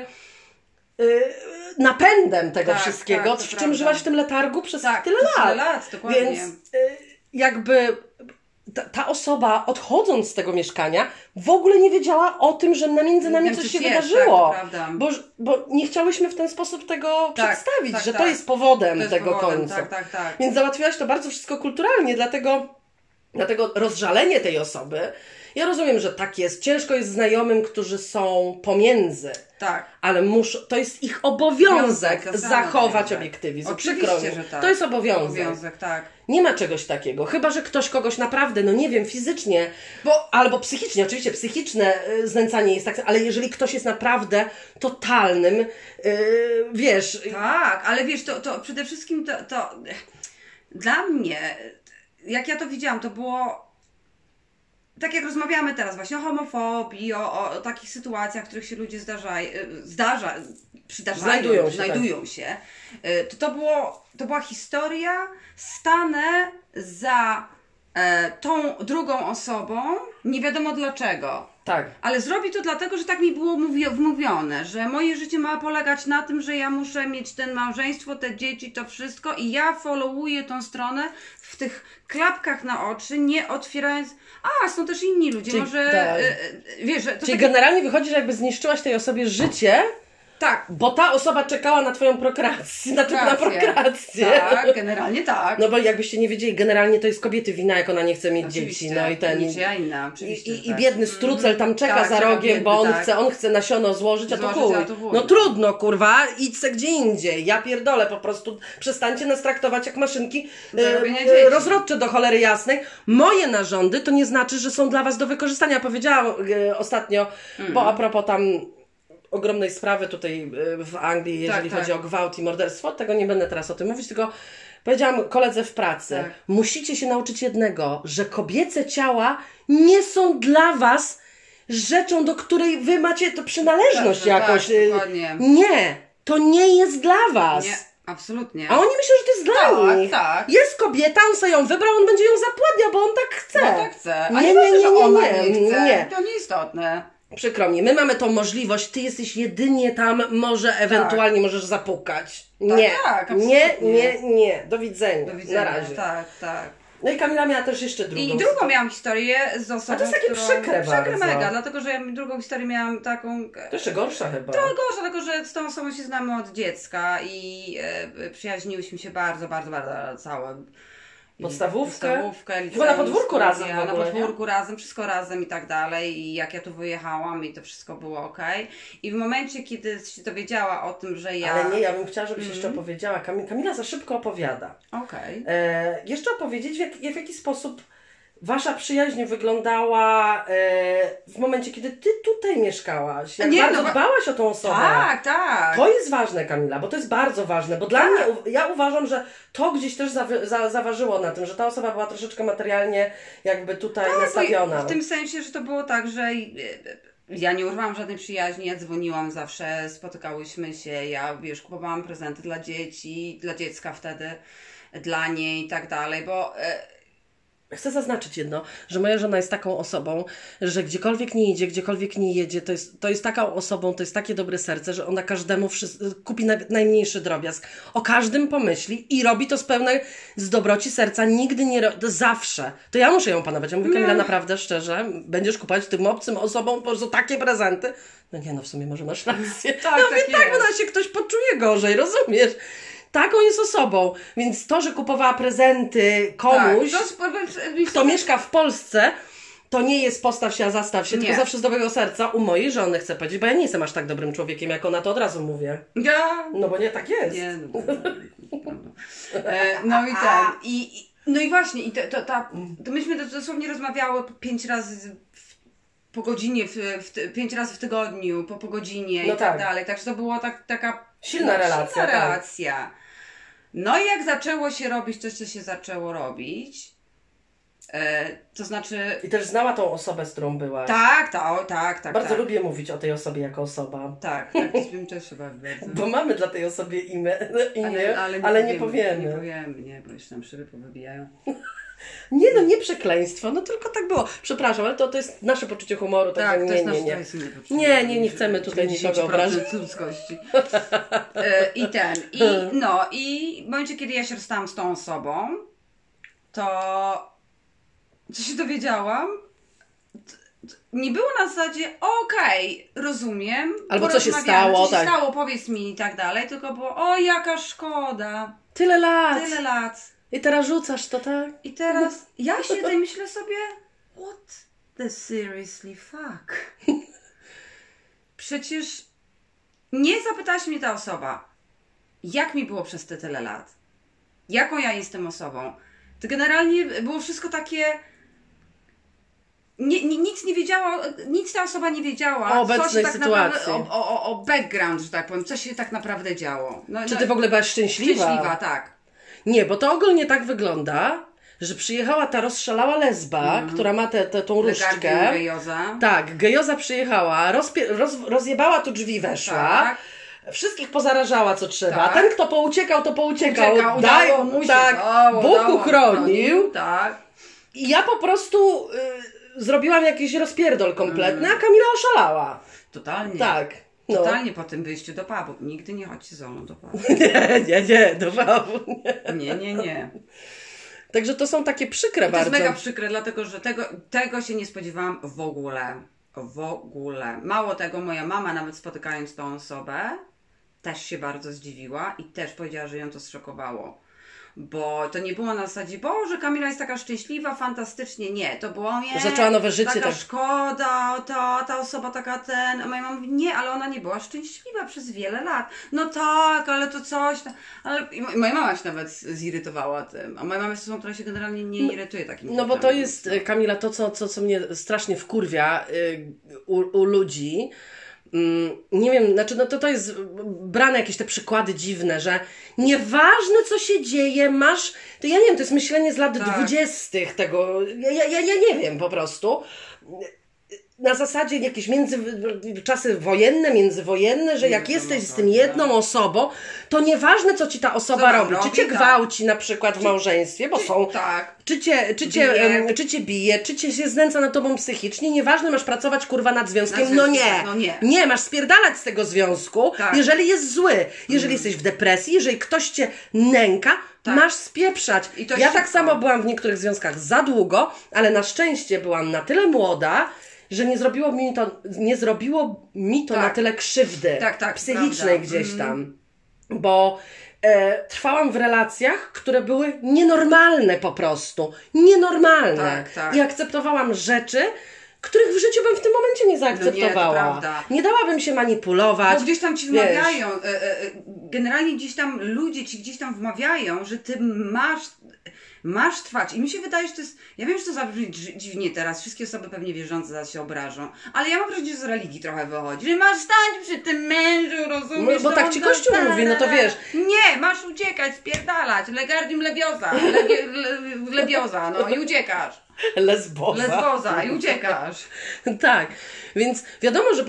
napędem tego wszystkiego, w czym żyłaś w tym letargu przez tyle lat. Tyle lat, dokładnie. Więc jakby ta osoba, odchodząc z tego mieszkania, w ogóle nie wiedziała o tym, że między nami coś się wydarzyło. Tak, bo nie chciałyśmy w ten sposób tego przedstawić, że to jest powodem tego końca. Tak. Więc załatwiłaś to bardzo wszystko kulturalnie, dlatego rozżalenie tej osoby, ja rozumiem, że tak jest. Ciężko jest znajomym, którzy są pomiędzy. Tak. Ale to jest ich obowiązek zachować obiektywizm. Przykro mi. Że tak. To jest obowiązek. Tak. Nie ma czegoś takiego. Chyba że ktoś kogoś naprawdę, no nie wiem, fizycznie, albo psychicznie, oczywiście psychiczne znęcanie jest tak, ale jeżeli ktoś jest naprawdę totalnym, wiesz... Tak, ale wiesz, to przede wszystkim to dla mnie, jak ja to widziałam, to było tak jak rozmawiamy teraz właśnie o homofobii, o takich sytuacjach, w których się ludzie znajdują się. To była historia, stanę za tą drugą osobą, nie wiadomo dlaczego. Tak. Ale zrobi to dlatego, że tak mi było wmówione, że moje życie ma polegać na tym, że ja muszę mieć ten małżeństwo, te dzieci, to wszystko i ja followuję tą stronę w tych klapkach na oczy, nie otwierając... są też inni ludzie, czyli, może... wiesz, że to czyli generalnie wychodzi, że jakby zniszczyłaś tej osobie życie, tak. Bo ta osoba czekała na twoją prokrację, na prokrację. Tak, generalnie tak. No bo jakbyście nie wiedzieli, generalnie to jest kobiety wina, jak ona nie chce mieć dzieci. No i niczyja inna, oczywiście. I biedny strucel tam czeka za rogiem, biedny, bo on chce nasiono złożyć, a to chuj. No trudno, kurwa, idź se gdzie indziej. Ja pierdolę, po prostu przestańcie nas traktować jak maszynki rozrodcze do cholery jasnej. Moje narządy to nie znaczy, że są dla was do wykorzystania. Powiedziałam ostatnio, bo a propos tam ogromnej sprawy tutaj w Anglii, jeżeli chodzi o gwałt i morderstwo. Tego nie będę teraz o tym mówić, tylko powiedziałam koledze w pracy. Tak. Musicie się nauczyć jednego, że kobiece ciała nie są dla was rzeczą, do której wy macie to przynależność jakoś. Nie, to nie jest dla was. Nie. Absolutnie. A oni myślą, że to jest dla nich. Tak. Jest kobieta, on sobie ją wybrał, on będzie ją zapładniał, bo on tak chce. No tak chce. A nie. To nieistotne. Przykro mi, my mamy tą możliwość, ty jesteś jedynie tam, może ewentualnie możesz zapukać. Nie, nie. Do widzenia. Na razie. Tak. No i Kamila miała też jeszcze drugą. I drugą miałam historię z osobą, a to jest takie przykre mega, dlatego że ja drugą historię miałam taką... To jeszcze gorsza chyba. Trochę gorsza, dlatego że z tą osobą się znamy od dziecka i przyjaźniłyśmy się bardzo całe. Podstawówkę chyba na podwórku razem w ogóle, na podwórku razem, wszystko razem i tak dalej i jak ja tu wyjechałam i to wszystko było okej. I w momencie, kiedy się dowiedziała o tym, że ja... Ale nie, ja bym chciała, żebyś jeszcze opowiedziała. Kamila za szybko opowiada. Okej. Jeszcze opowiedzieć, w jaki sposób wasza przyjaźń wyglądała w momencie, kiedy ty tutaj mieszkałaś. Jak bardzo dbałaś o tą osobę. Tak. To jest ważne, Kamila, bo to jest bardzo ważne, bo dla mnie, ja uważam, że to gdzieś też zaważyło na tym, że ta osoba była troszeczkę materialnie jakby tutaj nastawiona. W tym sensie, że to było tak, że ja nie urwałam żadnej przyjaźni, ja dzwoniłam zawsze, spotykałyśmy się, ja kupowałam prezenty dla dzieci, dla dziecka wtedy, dla niej i tak dalej, bo... Chcę zaznaczyć jedno, że moja żona jest taką osobą, że gdziekolwiek nie idzie, gdziekolwiek nie jedzie, to jest taką osobą, to jest takie dobre serce, że ona każdemu kupi najmniejszy drobiazg, o każdym pomyśli i robi to z dobroci serca, nigdy nie zawsze. To ja muszę ją panować. Ja mówię, Kamila, naprawdę szczerze, będziesz kupować tym obcym osobom po prostu takie prezenty? No nie, w sumie może masz rację. Tak, bo ona się ktoś poczuje gorzej, rozumiesz? Taką jest osobą, więc to, że kupowała prezenty komuś, kto mieszka w Polsce, to nie jest postaw się, a zastaw się, Nie. tylko zawsze z dobrego serca. U mojej żony chcę powiedzieć, bo ja nie jestem aż tak dobrym człowiekiem, jak ona, to od razu mówię. Ja. No bo nie tak jest. Nie, no, no i no i właśnie, i to myśmy dosłownie rozmawiały 5 razy po godzinie, 5 razy w tygodniu, po godzinie No i tak dalej. Także to była taka Silna relacja. Silna relacja. No i jak zaczęło się robić to, co się zaczęło robić, to znaczy... I też znała tą osobę, z którą byłaś. Tak. Bardzo lubię mówić o tej osobie jako osoba. Tak, wiem też chyba bardzo. Bo mamy dla tej osobie imię, ale nie powiemy. Nie powiemy, bo już tam szyby powybijają. Nie no, nie przekleństwo, no tylko tak było. Przepraszam, ale to jest nasze poczucie humoru, Tak, także to jest nie. Nie chcemy tutaj nikogo obrażać. ludzkości. I w momencie, kiedy ja się rozstałam z tą osobą, to co się dowiedziałam, nie było na zasadzie okej, rozumiem. Albo co się stało, co się stało, powiedz mi i tak dalej, tylko było o jaka szkoda. Tyle lat. I teraz rzucasz to, tak? I teraz ja siedzę i myślę sobie, what the seriously fuck? Przecież nie zapytałaś mnie ta osoba, jak mi było przez te tyle lat? Jaką ja jestem osobą? To generalnie było wszystko takie... Nic nie wiedziała, nic ta osoba nie wiedziała o obecnej co się tak sytuacji. Naprawdę, o background, że tak powiem, co się tak naprawdę działo. Czy ty w ogóle byłaś szczęśliwa? Szczęśliwa, tak. Nie, bo to ogólnie tak wygląda, że przyjechała ta rozszalała lesba, która ma tą różdżkę. Gejoza. Tak, gejoza przyjechała, rozjebała tu drzwi, weszła. Tak. Wszystkich pozarażała co trzeba. Tak. Ten, kto pouciekał, to pouciekał. Udało mu się. Bóg uchronił. Tak. I ja po prostu zrobiłam jakiś rozpierdol kompletny, a Kamila oszalała. Totalnie. Tak. No. Totalnie po tym wyjściu do pubu. Nigdy nie chodźcie z Olą do pubu. Nie, do pubu. Nie. Także to są takie przykre bardzo. To jest mega przykre, dlatego że tego się nie spodziewałam w ogóle. Mało tego, moja mama nawet spotykając tą osobę też się bardzo zdziwiła i też powiedziała, że ją to zszokowało. Bo to nie było na zasadzie, Boże, Kamila jest taka szczęśliwa, fantastycznie. Nie, to było zaczęła nowe życie. Taka szkoda, ta osoba taka a moja mama mówi, nie, ale ona nie była szczęśliwa przez wiele lat. No tak, ale to coś tam. Ale i moja mama się nawet zirytowała tym. A moja mama jest osobą, która się generalnie nie irytuje takim. No bo to jest, Kamila, to co mnie strasznie wkurwia u ludzi. Nie wiem, znaczy to jest brane jakieś te przykłady dziwne, że nieważne co się dzieje, to ja nie wiem, to jest myślenie z lat 20. tego, ja nie wiem po prostu. Na zasadzie jakieś czasy wojenne, międzywojenne, że jak jesteś z tym jedną osobą, to nieważne co ci ta osoba robi, czy cię gwałci na przykład w małżeństwie, bo są, czy cię bije, czy cię się znęca nad tobą psychicznie, nieważne masz pracować kurwa nad związkiem, nie, masz spierdalać z tego związku, jeżeli jest zły, jeżeli jesteś w depresji, jeżeli ktoś cię nęka, masz spieprzać. Ja tak samo byłam w niektórych związkach za długo, ale na szczęście byłam na tyle młoda, że nie zrobiło mi to na tyle krzywdy psychicznej gdzieś tam. Bo trwałam w relacjach, które były nienormalne po prostu. Nienormalne. I akceptowałam rzeczy, których w życiu bym w tym momencie nie zaakceptowała. Nie dałabym się manipulować. Bo gdzieś tam ci wmawiają, generalnie gdzieś tam ludzie ci gdzieś tam wmawiają, że ty masz trwać. I mi się wydaje, że to jest... Ja wiem, że to zabrzmi dziwnie teraz. Wszystkie osoby pewnie wierzące zaraz się obrażą. Ale ja mam wrażenie, że z religii trochę wychodzi. Że masz stać przy tym mężu, rozumiesz? Bo tak ci Kościół mówi, no to wiesz. Nie, masz uciekać, spierdalać. Legardium leviosa. Lebioza, no i uciekasz. Lesboza i uciekasz. Tak, więc wiadomo, że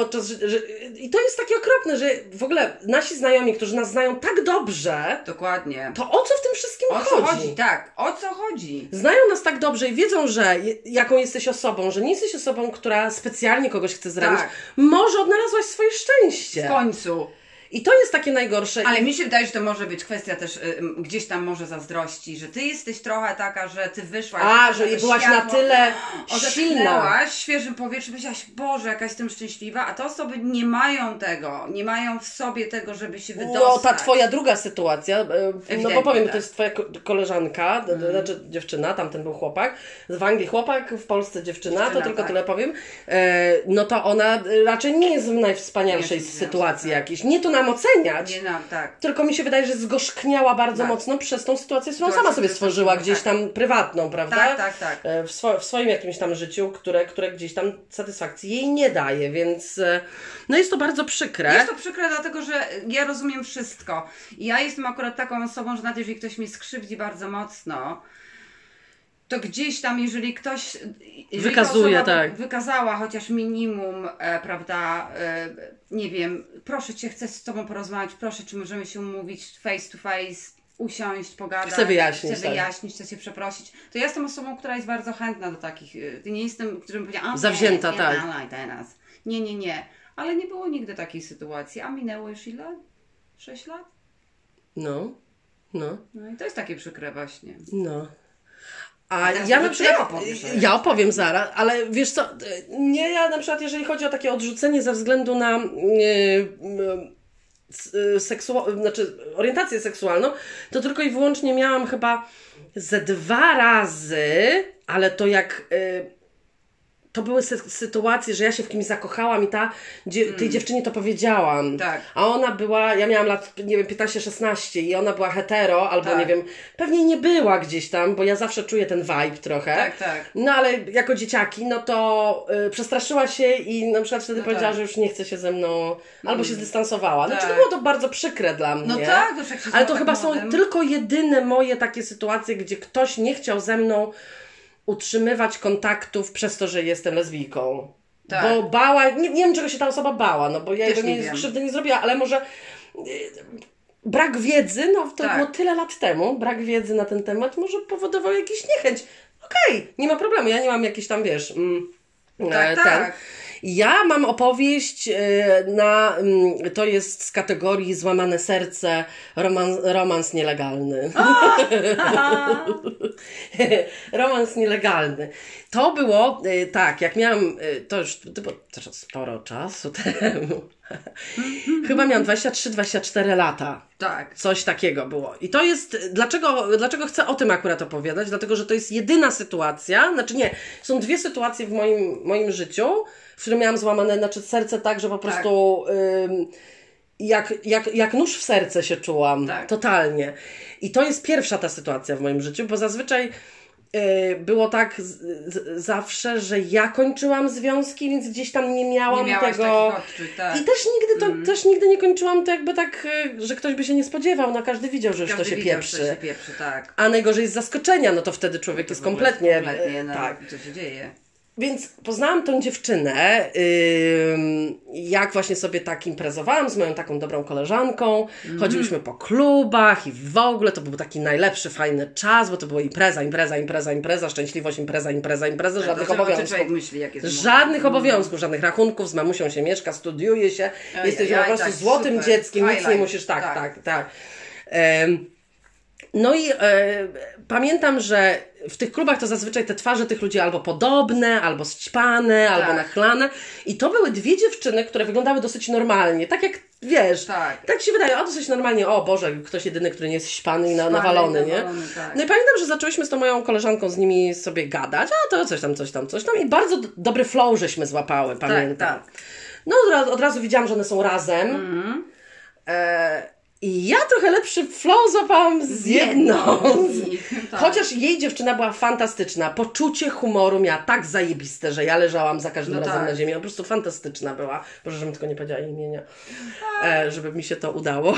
i to jest takie okropne, że w ogóle nasi znajomi, którzy nas znają tak dobrze, dokładnie, to o co w tym wszystkim chodzi? O co chodzi, tak, o co chodzi? Znają nas tak dobrze i wiedzą, że jaką jesteś osobą, że nie jesteś osobą, która specjalnie kogoś chce zranić. Może odnalazłaś swoje szczęście. W końcu. I to jest takie najgorsze. Ale mi się wydaje, że to może być kwestia też gdzieś tam może zazdrości, że ty jesteś trochę taka, że ty wyszłaś. Że byłaś na tyle silna. Świeżym powietrzem, myślałaś, Boże, jaka jestem szczęśliwa, a te osoby nie mają tego, nie mają w sobie tego, żeby się wydostać. No ta twoja druga sytuacja, no bo powiem, to jest twoja koleżanka, znaczy dziewczyna, tamten był chłopak, w Anglii chłopak, w Polsce dziewczyna, to tylko tyle powiem, no to ona raczej nie jest w najwspanialszej sytuacji jakiejś. Nie to nam oceniać, tylko mi się wydaje, że zgorzkniała bardzo mocno przez tą sytuację, którą sama sobie stworzyła gdzieś tam prywatną, prawda? Tak. W swoim jakimś tam życiu, które gdzieś tam satysfakcji jej nie daje, więc no jest to bardzo przykre. Jest to przykre, dlatego że ja rozumiem wszystko. Ja jestem akurat taką osobą, że nawet jeżeli ktoś mnie skrzywdzi bardzo mocno, to gdzieś tam, jeżeli ktoś wykazuje, wykazała chociaż minimum, prawda, nie wiem, proszę Cię, chcę z Tobą porozmawiać, proszę, czy możemy się umówić face to face, usiąść, pogadać, chcę wyjaśnić, chcę Cię przeprosić, to ja jestem osobą, która jest bardzo chętna do takich, nie jestem, którym powiedziała, zawzięta, tak. Teraz. Nie, ale nie było nigdy takiej sytuacji, a minęło już ile? 6 lat? No i to jest takie przykre właśnie. No. A ja na przykład, ja opowiem zaraz, ale wiesz co, nie, ja na przykład jeżeli chodzi o takie odrzucenie ze względu na orientację seksualną, to tylko i wyłącznie miałam chyba ze 2 razy, ale to jak... To były sytuacje, że ja się w kimś zakochałam i tej dziewczynie to powiedziałam. Tak. A ona była, ja miałam lat, nie wiem, 15-16 i ona była hetero, albo nie wiem, pewnie nie była gdzieś tam, bo ja zawsze czuję ten vibe trochę. Tak. No ale jako dzieciaki, no to przestraszyła się i na przykład wtedy powiedziała, że już nie chce się ze mną, albo się zdystansowała. Znaczy było to bardzo przykre dla mnie. No tak, ale to chyba są tylko jedyne moje takie sytuacje, gdzie ktoś nie chciał ze mną utrzymywać kontaktów przez to, że jestem lesbijką. Tak. Bo bała, nie wiem czego się ta osoba bała, no bo ja jej krzywdy nie zrobiła, ale może brak wiedzy, no to było tyle lat temu, brak wiedzy na ten temat może powodował jakiś niechęć. Okej, nie ma problemu, ja nie mam jakiś tam, wiesz, tak. Ja mam opowieść to jest z kategorii Złamane serce, romans nielegalny. Romans nielegalny. To było tak, jak miałam, to było sporo czasu temu. Chyba miałam 23-24 lata. Tak. Coś takiego było. I to jest, dlaczego chcę o tym akurat opowiadać? Dlatego, że to jest jedyna sytuacja, znaczy nie, są 2 sytuacje w moim życiu, w którym miałam złamane serce tak, że po prostu jak nóż w serce się czułam. Tak. Totalnie. I to jest pierwsza ta sytuacja w moim życiu, bo zazwyczaj było tak zawsze, że ja kończyłam związki, więc gdzieś tam nie miałam tego. Odczuć, tak. I też nigdy nie kończyłam to jakby tak, że ktoś by się nie spodziewał, no każdy widział, że już to się pieprzy. Tak. A najgorzej jest zaskoczenia, no to wtedy człowiek jest kompletnie tak. Co się dzieje. Więc poznałam tą dziewczynę, jak właśnie sobie tak imprezowałam z moją taką dobrą koleżanką, chodziłyśmy po klubach i w ogóle to był taki najlepszy, fajny czas, bo to była impreza, szczęśliwość, impreza, żadnych obowiązków. Żadnych obowiązków, żadnych rachunków, z mamusią się mieszka, studiuje się, jesteś po prostu złotym dzieckiem, nic nie musisz, tak. No i pamiętam, że w tych klubach to zazwyczaj te twarze tych ludzi albo podobne, albo zćpane, albo nachlane. I to były 2 dziewczyny, które wyglądały dosyć normalnie. Tak jak, wiesz, tak się wydaje, dosyć normalnie, o Boże, ktoś jedyny, który nie jest śpany i nawalony, nie? Tak. No i pamiętam, że zaczęłyśmy z tą moją koleżanką z nimi sobie gadać, a to coś tam. I bardzo dobry flow żeśmy złapały, pamiętam. Tak. No od razu widziałam, że one są razem. I ja trochę lepszy flow złapałam z jedną. Chociaż jej dziewczyna była fantastyczna. Poczucie humoru miała tak zajebiste, że ja leżałam za każdym razem na ziemi. Po prostu fantastyczna była. Boże, żebym tylko nie powiedziała imienia. Żeby mi się to udało.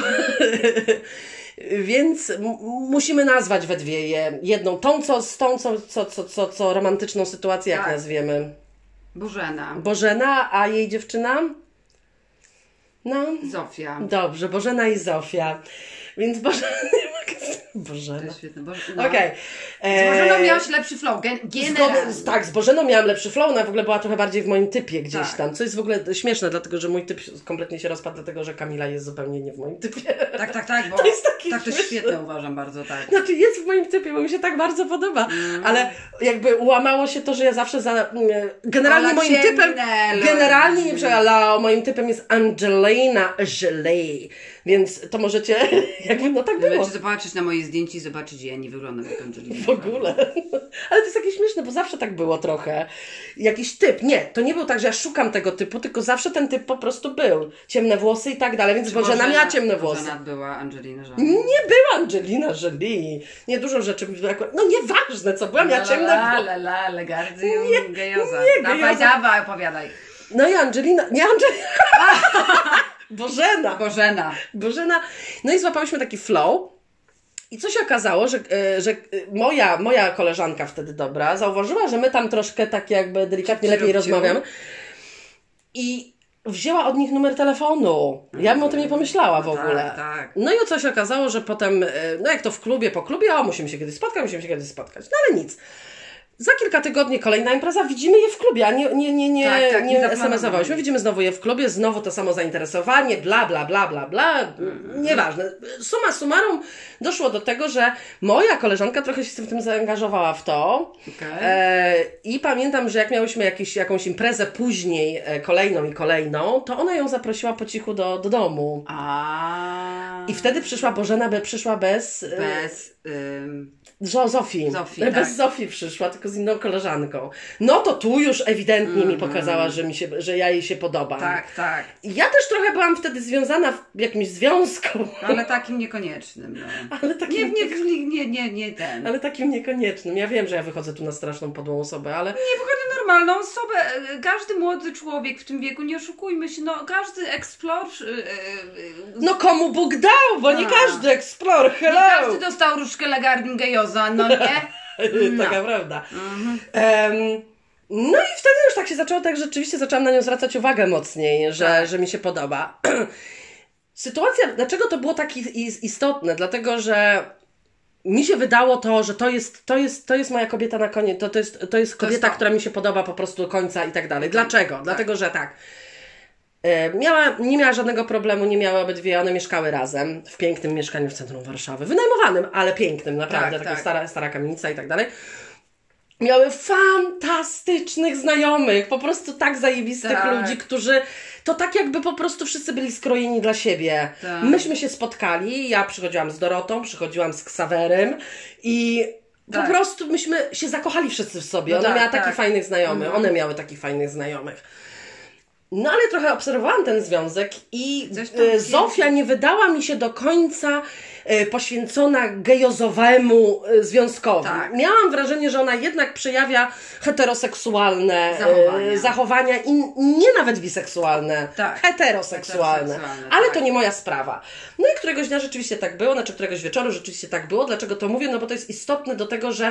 Więc musimy nazwać we 2 jedną. Co romantyczną sytuację, jak nazwiemy? Bożena, a jej dziewczyna? No. Zofia. Dobrze, Bożena i Zofia. Więc Bożena. To jest świetne. Okej. Z Bożeną miałaś lepszy flow, generalnie. Tak, z Bożeną miałam lepszy flow, ona w ogóle była trochę bardziej w moim typie gdzieś Tak. tam, co jest w ogóle śmieszne, dlatego że mój typ kompletnie się rozpadł, dlatego że Kamila jest zupełnie nie w moim typie. Tak, bo To jest takie tak, to śmieszne. świetne uważam bardzo, tak. Znaczy jest w moim typie, bo mi się tak bardzo podoba, ale jakby ułamało się to, że ja zawsze generalnie Ola moim typem, moim typem jest Angelina Jolie, więc to możecie, jakby no tak było. Możecie zobaczyć na moje zdjęcie i zobaczyć, że ja nie wyglądam jak Angelina. W ogóle. Ale to jest takie śmieszne, bo zawsze tak było trochę. Jakiś typ. Nie, to nie był tak, że ja szukam tego typu, tylko zawsze ten typ po prostu był. Ciemne włosy i tak dalej, więc Bożena miała ciemne włosy. Bożena była Angelina Jolie. Nie była Angelina Jolie. Nie, dużo rzeczy. No nieważne co, była miała ciemne włosy. Legardium gejoza. gejoza. Dawaj, opowiadaj. No i Angelina. Bożena. No i złapałyśmy taki flow. I co się okazało, że moja koleżanka wtedy dobra zauważyła, że my tam troszkę tak jakby delikatnie lepiej rozmawiamy i wzięła od nich numer telefonu. Ja bym o tym nie pomyślała w ogóle. Tak. No i co się okazało, że potem, no jak to w klubie, po klubie, musimy się kiedyś spotkać. No ale nic. Za kilka tygodni kolejna impreza, widzimy je w klubie, a nie SMS-owałyśmy. Widzimy znowu je w klubie, znowu to samo zainteresowanie, bla. Nieważne. Summa summarum doszło do tego, że moja koleżanka trochę się w tym zaangażowała w to. I pamiętam, że jak miałyśmy jakąś imprezę później, kolejną, to ona ją zaprosiła po cichu do domu. I wtedy przyszła Bożena, bez Zofii. Bez Zofii przyszła, tylko z inną koleżanką. No to tu już ewidentnie mi pokazała, że ja jej się podobam. Tak. I ja też trochę byłam wtedy związana w jakimś związku. Ale takim niekoniecznym. No. Ale takim Nie ten. Ale takim niekoniecznym. Ja wiem, że ja wychodzę tu na straszną, podłą osobę, ale... Nie wychodzę normalną osobę. Każdy młody człowiek w tym wieku, nie oszukujmy się, no każdy explore... No komu Bóg dał, bo nie każdy explore, hello! Nie każdy dostał różdżkę Legardium gejoza, no nie? Taka prawda. No i wtedy już tak się zaczęło, tak rzeczywiście zaczęłam na nią zwracać uwagę mocniej, że mi się podoba. Sytuacja, dlaczego to było takie istotne? Dlatego, że mi się wydało to, że to jest moja kobieta na koniec, to jest kobieta, która mi się podoba po prostu do końca i tak dalej. Dlaczego? Dlatego, że tak. Nie miała żadnego problemu, nie miały obydwie, one mieszkały razem w pięknym mieszkaniu w centrum Warszawy, wynajmowanym, ale pięknym, naprawdę, taka stara kamienica i tak dalej. Miały fantastycznych znajomych, po prostu tak zajebistych ludzi, którzy to tak jakby po prostu wszyscy byli skrojeni dla siebie. Myśmy się spotkali, ja przychodziłam z Dorotą, przychodziłam z Ksawerym i po prostu myśmy się zakochali wszyscy w sobie. Ona miała takich fajnych znajomych, one miały takich fajnych znajomych. No ale trochę obserwowałam ten związek i Zofia nie wydała mi się do końca poświęcona gejozowemu związkowi. Miałam wrażenie, że ona jednak przejawia heteroseksualne zachowania i nie nawet biseksualne, heteroseksualne. Ale to nie moja sprawa. No i któregoś dnia rzeczywiście tak było, któregoś wieczoru rzeczywiście tak było. Dlaczego to mówię? No bo to jest istotne do tego, że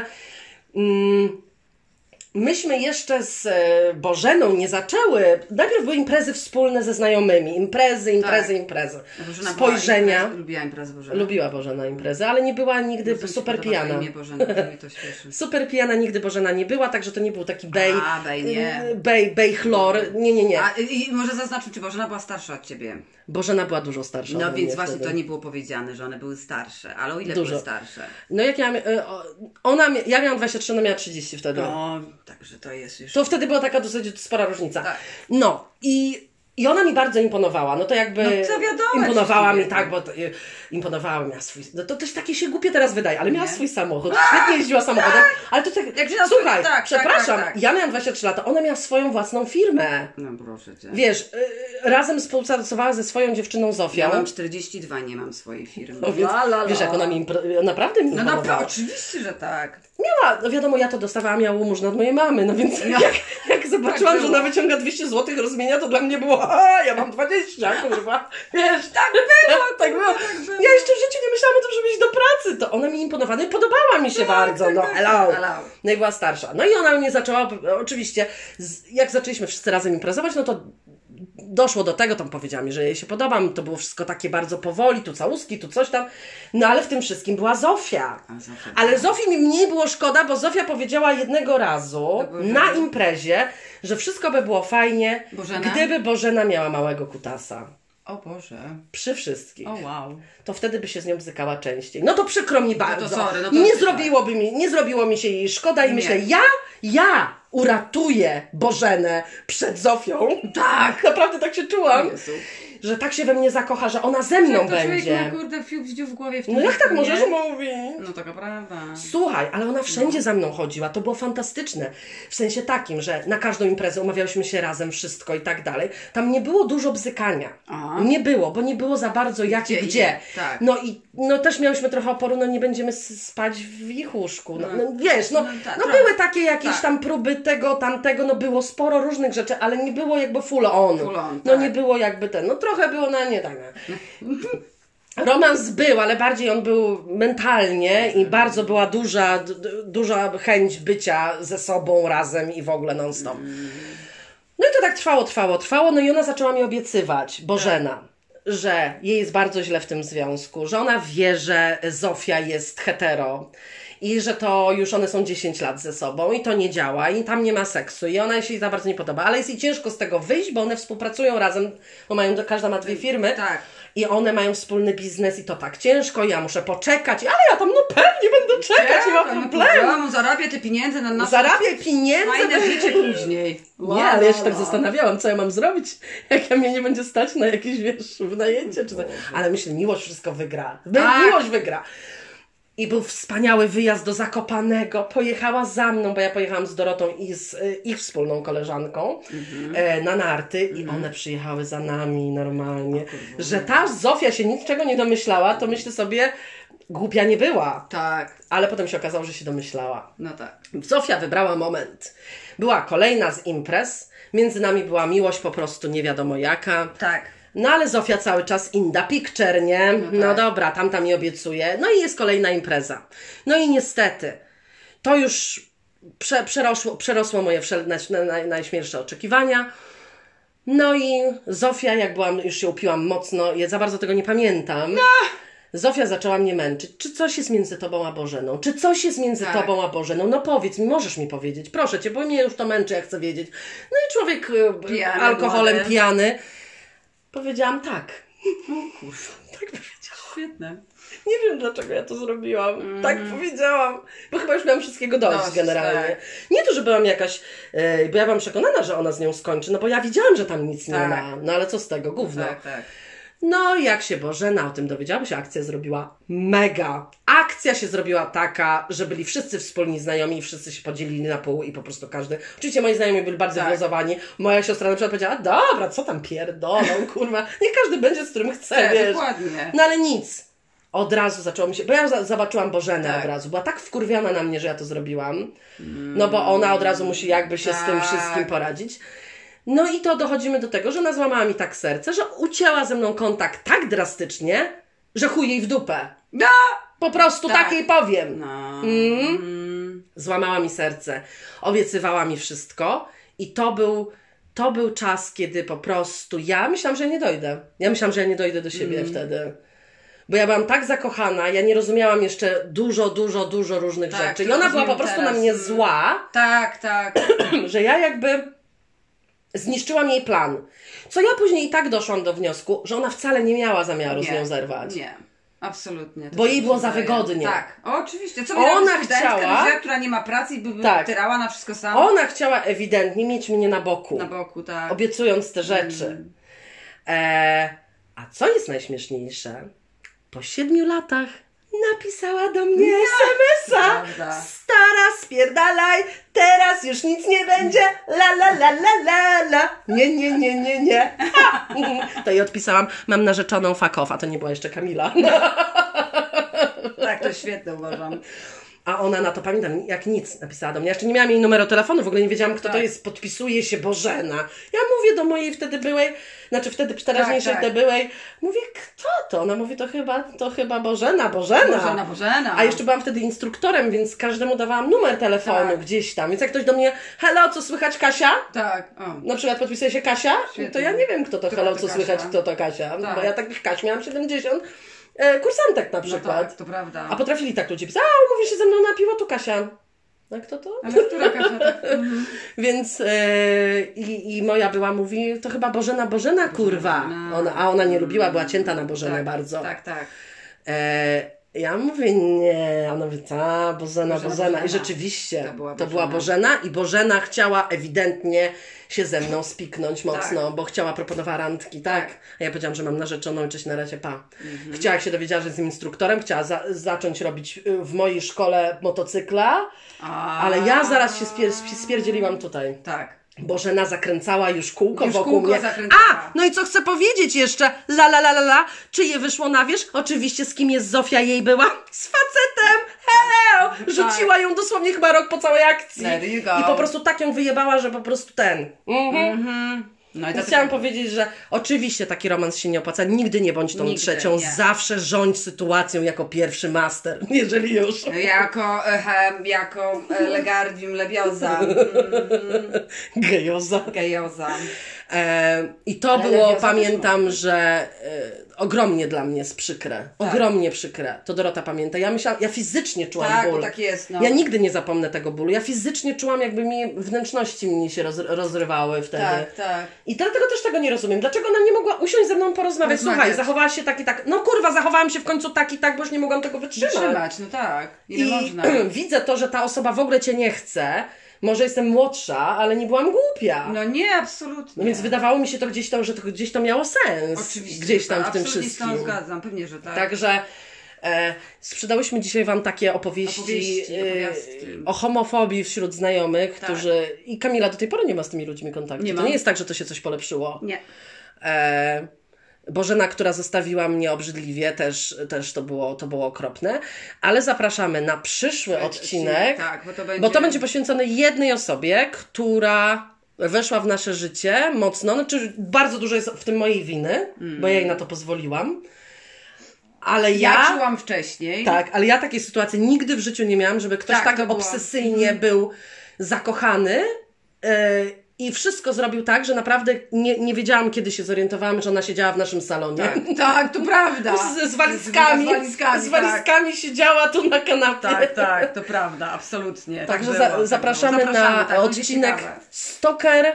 myśmy jeszcze z Bożeną nie zaczęły. Najpierw były imprezy wspólne ze znajomymi. Imprezy. Spojrzenia. Lubiła imprezę Bożena. Lubiła Bożena imprezy, ale nie była nigdy super pijana. Imię Bożena, mnie to śmieszy. Super pijana nigdy Bożena nie była, także to nie był taki nie. chlor. Nie. I może zaznaczyć, czy Bożena była starsza od ciebie? Bożena była dużo starsza. No więc właśnie to nie było powiedziane, że one były starsze. Ale o ile były starsze? No jak ja miałam 23, ona miała 30 wtedy. No, także to jest już... To wtedy była taka dosyć spora różnica. No i ona mi bardzo imponowała. No to jakby... No to wiadomo. Imponowała mi, bo imponowała, miała swój... No to też takie się głupie teraz wydaje, ale miała swój samochód. Świetnie jeździła samochodem. Ale to tak... Słuchaj, przepraszam, ja miałam 23 lata, ona miała swoją własną firmę. No proszę cię. Wiesz, razem współpracowała ze swoją dziewczyną Zofią. Ja mam 42, nie mam swojej firmy. No więc, wiesz, jak ona mi naprawdę mi imponowała. No oczywiście, że tak. Miała, no wiadomo, ja to dostawałam, miała łomużnę od mojej mamy, no więc jak zobaczyłam, że ona wyciąga 200 zł, rozmienia, to dla mnie było, ja mam 20, kurwa, wiesz, tak było. Ja jeszcze w życiu nie myślałam o tym, żeby iść do pracy, to ona mi imponowała, no i podobała mi się bardzo, hello. No i była starsza. No i ona mnie zaczęła, oczywiście, jak zaczęliśmy wszyscy razem imprezować, no to doszło do tego, tam powiedziała mi, że jej się podobam, to było wszystko takie bardzo powoli, tu całuski, tu coś tam, no ale w tym wszystkim była Zofia. Ale Zofii mi mniej było szkoda, bo Zofia powiedziała jednego razu na imprezie, że wszystko by było fajnie, gdyby Bożena miała małego kutasa. O Boże. Przy wszystkich. O wow. To wtedy by się z nią bzykała częściej. No to przykro mi bardzo. sorry, Nie zrobiło mi się jej szkoda i myślę, ja uratuję Bożenę przed Zofią. Tak, naprawdę tak się czułam. Że tak się we mnie zakocha, że ona ze mną będzie. Jak ma kurde w głowie w tym. No jak tak możesz mówić? No taka prawda. Słuchaj, ale ona wszędzie za mną chodziła, to było fantastyczne. W sensie takim, że na każdą imprezę umawiałyśmy się razem, wszystko i tak dalej. Tam nie było dużo bzykania. Aha. Nie było, bo nie było za bardzo jak i gdzie. Tak. No i też miałyśmy trochę oporu, no nie będziemy spać w ich łóżku. Wiesz, były takie jakieś tam próby tego, tamtego, no było sporo różnych rzeczy, ale nie było jakby full on. No nie było jakby trochę było nie tak. Romans był, ale bardziej on był mentalnie i bardzo była duża chęć bycia ze sobą razem i w ogóle non stop. No i to tak trwało, no i ona zaczęła mi obiecywać, Bożena, że jej jest bardzo źle w tym związku, że ona wie, że Zofia jest hetero i że to już one są 10 lat ze sobą i to nie działa i tam nie ma seksu i ona się jej za bardzo nie podoba, ale jest jej ciężko z tego wyjść, bo one współpracują razem, bo każda ma 2 firmy. Tak. I one mają wspólny biznes i to tak ciężko, ja muszę poczekać, ale ja tam pewnie będę czekać, nie ma problemu. Zarabię te pieniądze na nasze Zarabiaj pieniądze. fajne życie później. Nie, ale ja się tak zastanawiałam, co ja mam zrobić, jak mnie nie będzie stać na jakieś, wynajęcie czy coś. Ale myślę, miłość wszystko wygra. Miłość wygra. I był wspaniały wyjazd do Zakopanego. Pojechała za mną, bo ja pojechałam z Dorotą i z ich wspólną koleżanką na narty i one przyjechały za nami normalnie. Że ta Zofia się niczego nie domyślała, to myślę sobie, głupia nie była. Tak. Ale potem się okazało, że się domyślała. No tak. Zofia wybrała moment. Była kolejna z imprez. Między nami była miłość po prostu nie wiadomo jaka. Tak. No ale Zofia cały czas in the picture, nie? No dobra, tamta mi obiecuje. No i jest kolejna impreza. No i niestety, to już przerosło moje najśmielsze oczekiwania. No i Zofia, jak już się upiłam mocno, ja za bardzo tego nie pamiętam. Zofia zaczęła mnie męczyć. Czy coś jest między tobą a Bożeną? Czy coś jest między tobą a Bożeną? No powiedz mi, możesz mi powiedzieć. Proszę cię, bo mnie już to męczy, ja chcę wiedzieć. No i człowiek pijany, alkoholem pijany. Powiedziałam tak. O kurwa. Tak powiedziałam. Świetne. Nie wiem, dlaczego ja to zrobiłam. Tak powiedziałam. Bo chyba już miałam wszystkiego dość generalnie. Tak. Nie to, że byłam jakaś... bo ja byłam przekonana, że ona z nią skończy. No bo ja widziałam, że tam nic nie ma. No ale co z tego? Gówno. Tak. No i jak się Bożena o tym dowiedziała, się akcja zrobiła mega. Akcja się zrobiła taka, że byli wszyscy wspólni znajomi i wszyscy się podzielili na pół i po prostu każdy... Oczywiście moi znajomi byli bardzo wyluzowani. Moja siostra na przykład powiedziała, dobra, co tam pierdolą, kurwa. Niech każdy będzie, z którym chce, wiesz. Dokładnie. No ale nic. Od razu zaczęło mi się... Bo ja zobaczyłam Bożenę od razu. Była tak wkurwiona na mnie, że ja to zrobiłam. No bo ona od razu musi jakby się z tym wszystkim poradzić. No i to dochodzimy do tego, że ona złamała mi tak serce, że ucięła ze mną kontakt tak drastycznie, że chuj jej w dupę. No! Po prostu tak jej powiem. No. Złamała mi serce. Obiecywała mi wszystko i to był czas, kiedy po prostu ja myślałam, że nie dojdę. Ja myślałam, że ja nie dojdę do siebie wtedy. Bo ja byłam tak zakochana, ja nie rozumiałam jeszcze dużo różnych rzeczy. I ona była po prostu na mnie zła. Tak. Że ja jakby... zniszczyłam jej plan. Co ja później i tak doszłam do wniosku, że ona wcale nie miała zamiaru z nią zerwać. Nie, absolutnie. Bo jej było za wygodnie. Tak, oczywiście. Co ona chciała, która nie ma pracy i by tyrała na wszystko sama. Ona chciała ewidentnie mieć mnie na boku. Na boku, tak. Obiecując te rzeczy. A co jest najśmieszniejsze? Po 7 latach napisała do mnie SMS-a. Stara, spierdalaj, teraz już nic nie będzie. La. Nie. To jej odpisałam, mam narzeczoną fuck off, a to nie była jeszcze Kamila. Tak, to świetne uważam. A ona na to, pamiętam, jak nic napisała do mnie. Ja jeszcze nie miałam jej numeru telefonu, w ogóle nie wiedziałam, kto to jest. Podpisuje się Bożena. Ja mówię do mojej wtedy byłej, znaczy wtedy teraźniejszej byłej, mówię, kto to? Ona mówi, to chyba Bożena. A jeszcze byłam wtedy instruktorem, więc każdemu dawałam numer telefonu gdzieś tam. Więc jak ktoś do mnie, hello, co słychać, Kasia? Tak. Na przykład podpisuje się Kasia, to ja nie wiem, kto to hello, co słychać, kto to Kasia. Bo ja takich Kaś miałam 70. Kursantek na przykład. No tak, to prawda. A potrafili tak ludzie pisać, umówi się ze mną na piwo, tu Kasia. A kto to? Ale która Kasia? Tak. Więc i moja była, mówi, to chyba Bożena, kurwa. Ona nie lubiła, była cięta na Bożenę bardzo. Tak. Ja mówię, nie. Ona mówi, Bożena. I rzeczywiście to była Bożena i Bożena chciała ewidentnie się ze mną spiknąć mocno, bo proponowała randki, tak? A ja powiedziałam, że mam narzeczoną i cześć, na razie, pa. Chciała, jak się dowiedziała, że jestem instruktorem, chciała zacząć robić w mojej szkole motocykla, ale ja zaraz się spierdzieliłam tutaj. Tak. Bożena zakręcała już kółko wokół mnie. No i co chcę powiedzieć jeszcze? Czyje wyszło na wierzch? Oczywiście z kim jest Zofia jej była? Z facetem! Hello! Rzuciła ją dosłownie chyba rok po całej akcji. There you go. I po prostu tak ją wyjebała, że po prostu No i chciałam powiedzieć, że oczywiście taki romans się nie opłaca. Nigdy nie bądź tą trzecią. Nie. Zawsze rządź sytuacją jako pierwszy master, jeżeli już. Jako Legardium Leviosa. Gejoza. I to było, pamiętam, że ogromnie dla mnie jest przykre. Ogromnie przykre. To Dorota pamięta. Ja fizycznie czułam ból. Tak jest. No. Ja nigdy nie zapomnę tego bólu. Ja fizycznie czułam, jakby mi wnętrzności mnie się rozrywały wtedy. Tak. I dlatego też tego nie rozumiem. Dlaczego ona nie mogła usiąść ze mną porozmawiać? Słuchaj, zachowałaś się tak i tak. No kurwa, zachowałam się w końcu tak i tak, bo już nie mogłam tego wytrzymać. No tak. Ile można. Widzę to, że ta osoba w ogóle cię nie chce. Może jestem młodsza, ale nie byłam głupia. No nie, absolutnie. No więc wydawało mi się to że to gdzieś to miało sens. Oczywiście. Gdzieś tam w tym wszystkim. Absolutnie z tą zgadzam, pewnie, że tak. Także sprzedałyśmy dzisiaj Wam takie opowieści o homofobii wśród znajomych, którzy... I Kamila do tej pory nie ma z tymi ludźmi kontaktu. To nie jest tak, że to się coś polepszyło. Nie. Bożena, która zostawiła mnie obrzydliwie, też to było okropne, ale zapraszamy na przyszły odcinek, bo to będzie poświęcony jednej osobie, która weszła w nasze życie mocno, znaczy bardzo dużo jest w tym mojej winy, bo ja jej na to pozwoliłam. Ale ja czułam wcześniej. Tak, ale ja takiej sytuacji nigdy w życiu nie miałam, żeby ktoś tak obsesyjnie był zakochany i wszystko zrobił tak, że naprawdę nie wiedziałam, kiedy się zorientowałam, że ona siedziała w naszym salonie. Tak, to prawda. Z walizkami siedziała tu na kanapie. Tak, to prawda, absolutnie. Także zapraszamy na odcinek Stalker.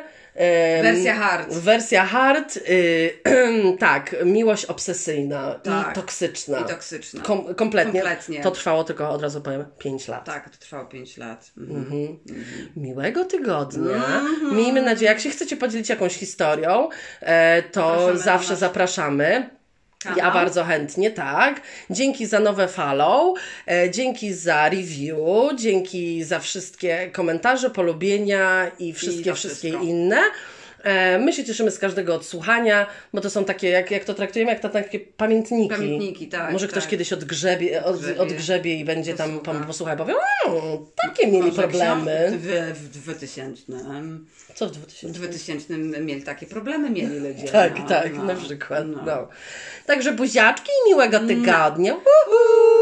Wersja hard. Tak, miłość obsesyjna i toksyczna. Kompletnie. To trwało tylko, od razu powiem, 5 lat. Tak, to trwało 5 lat. Miłego tygodnia. Miejmy nadzieję, jak się chcecie podzielić jakąś historią, to zawsze zapraszamy. Ja bardzo chętnie, tak. Dzięki za nowe follow, dzięki za review, dzięki za wszystkie komentarze, polubienia i wszystkie inne. My się cieszymy z każdego odsłuchania, bo to są takie, jak to traktujemy, jak to takie pamiętniki. Pamiętniki, tak. Może ktoś kiedyś odgrzebie i będzie tam posłuchaj, powie, takie mieli problemy. W 2000. Co w 2000? W 2000 mieli takie problemy, mieli ludzie. Tak, na przykład. No. Także buziaczki i miłego tygodnia.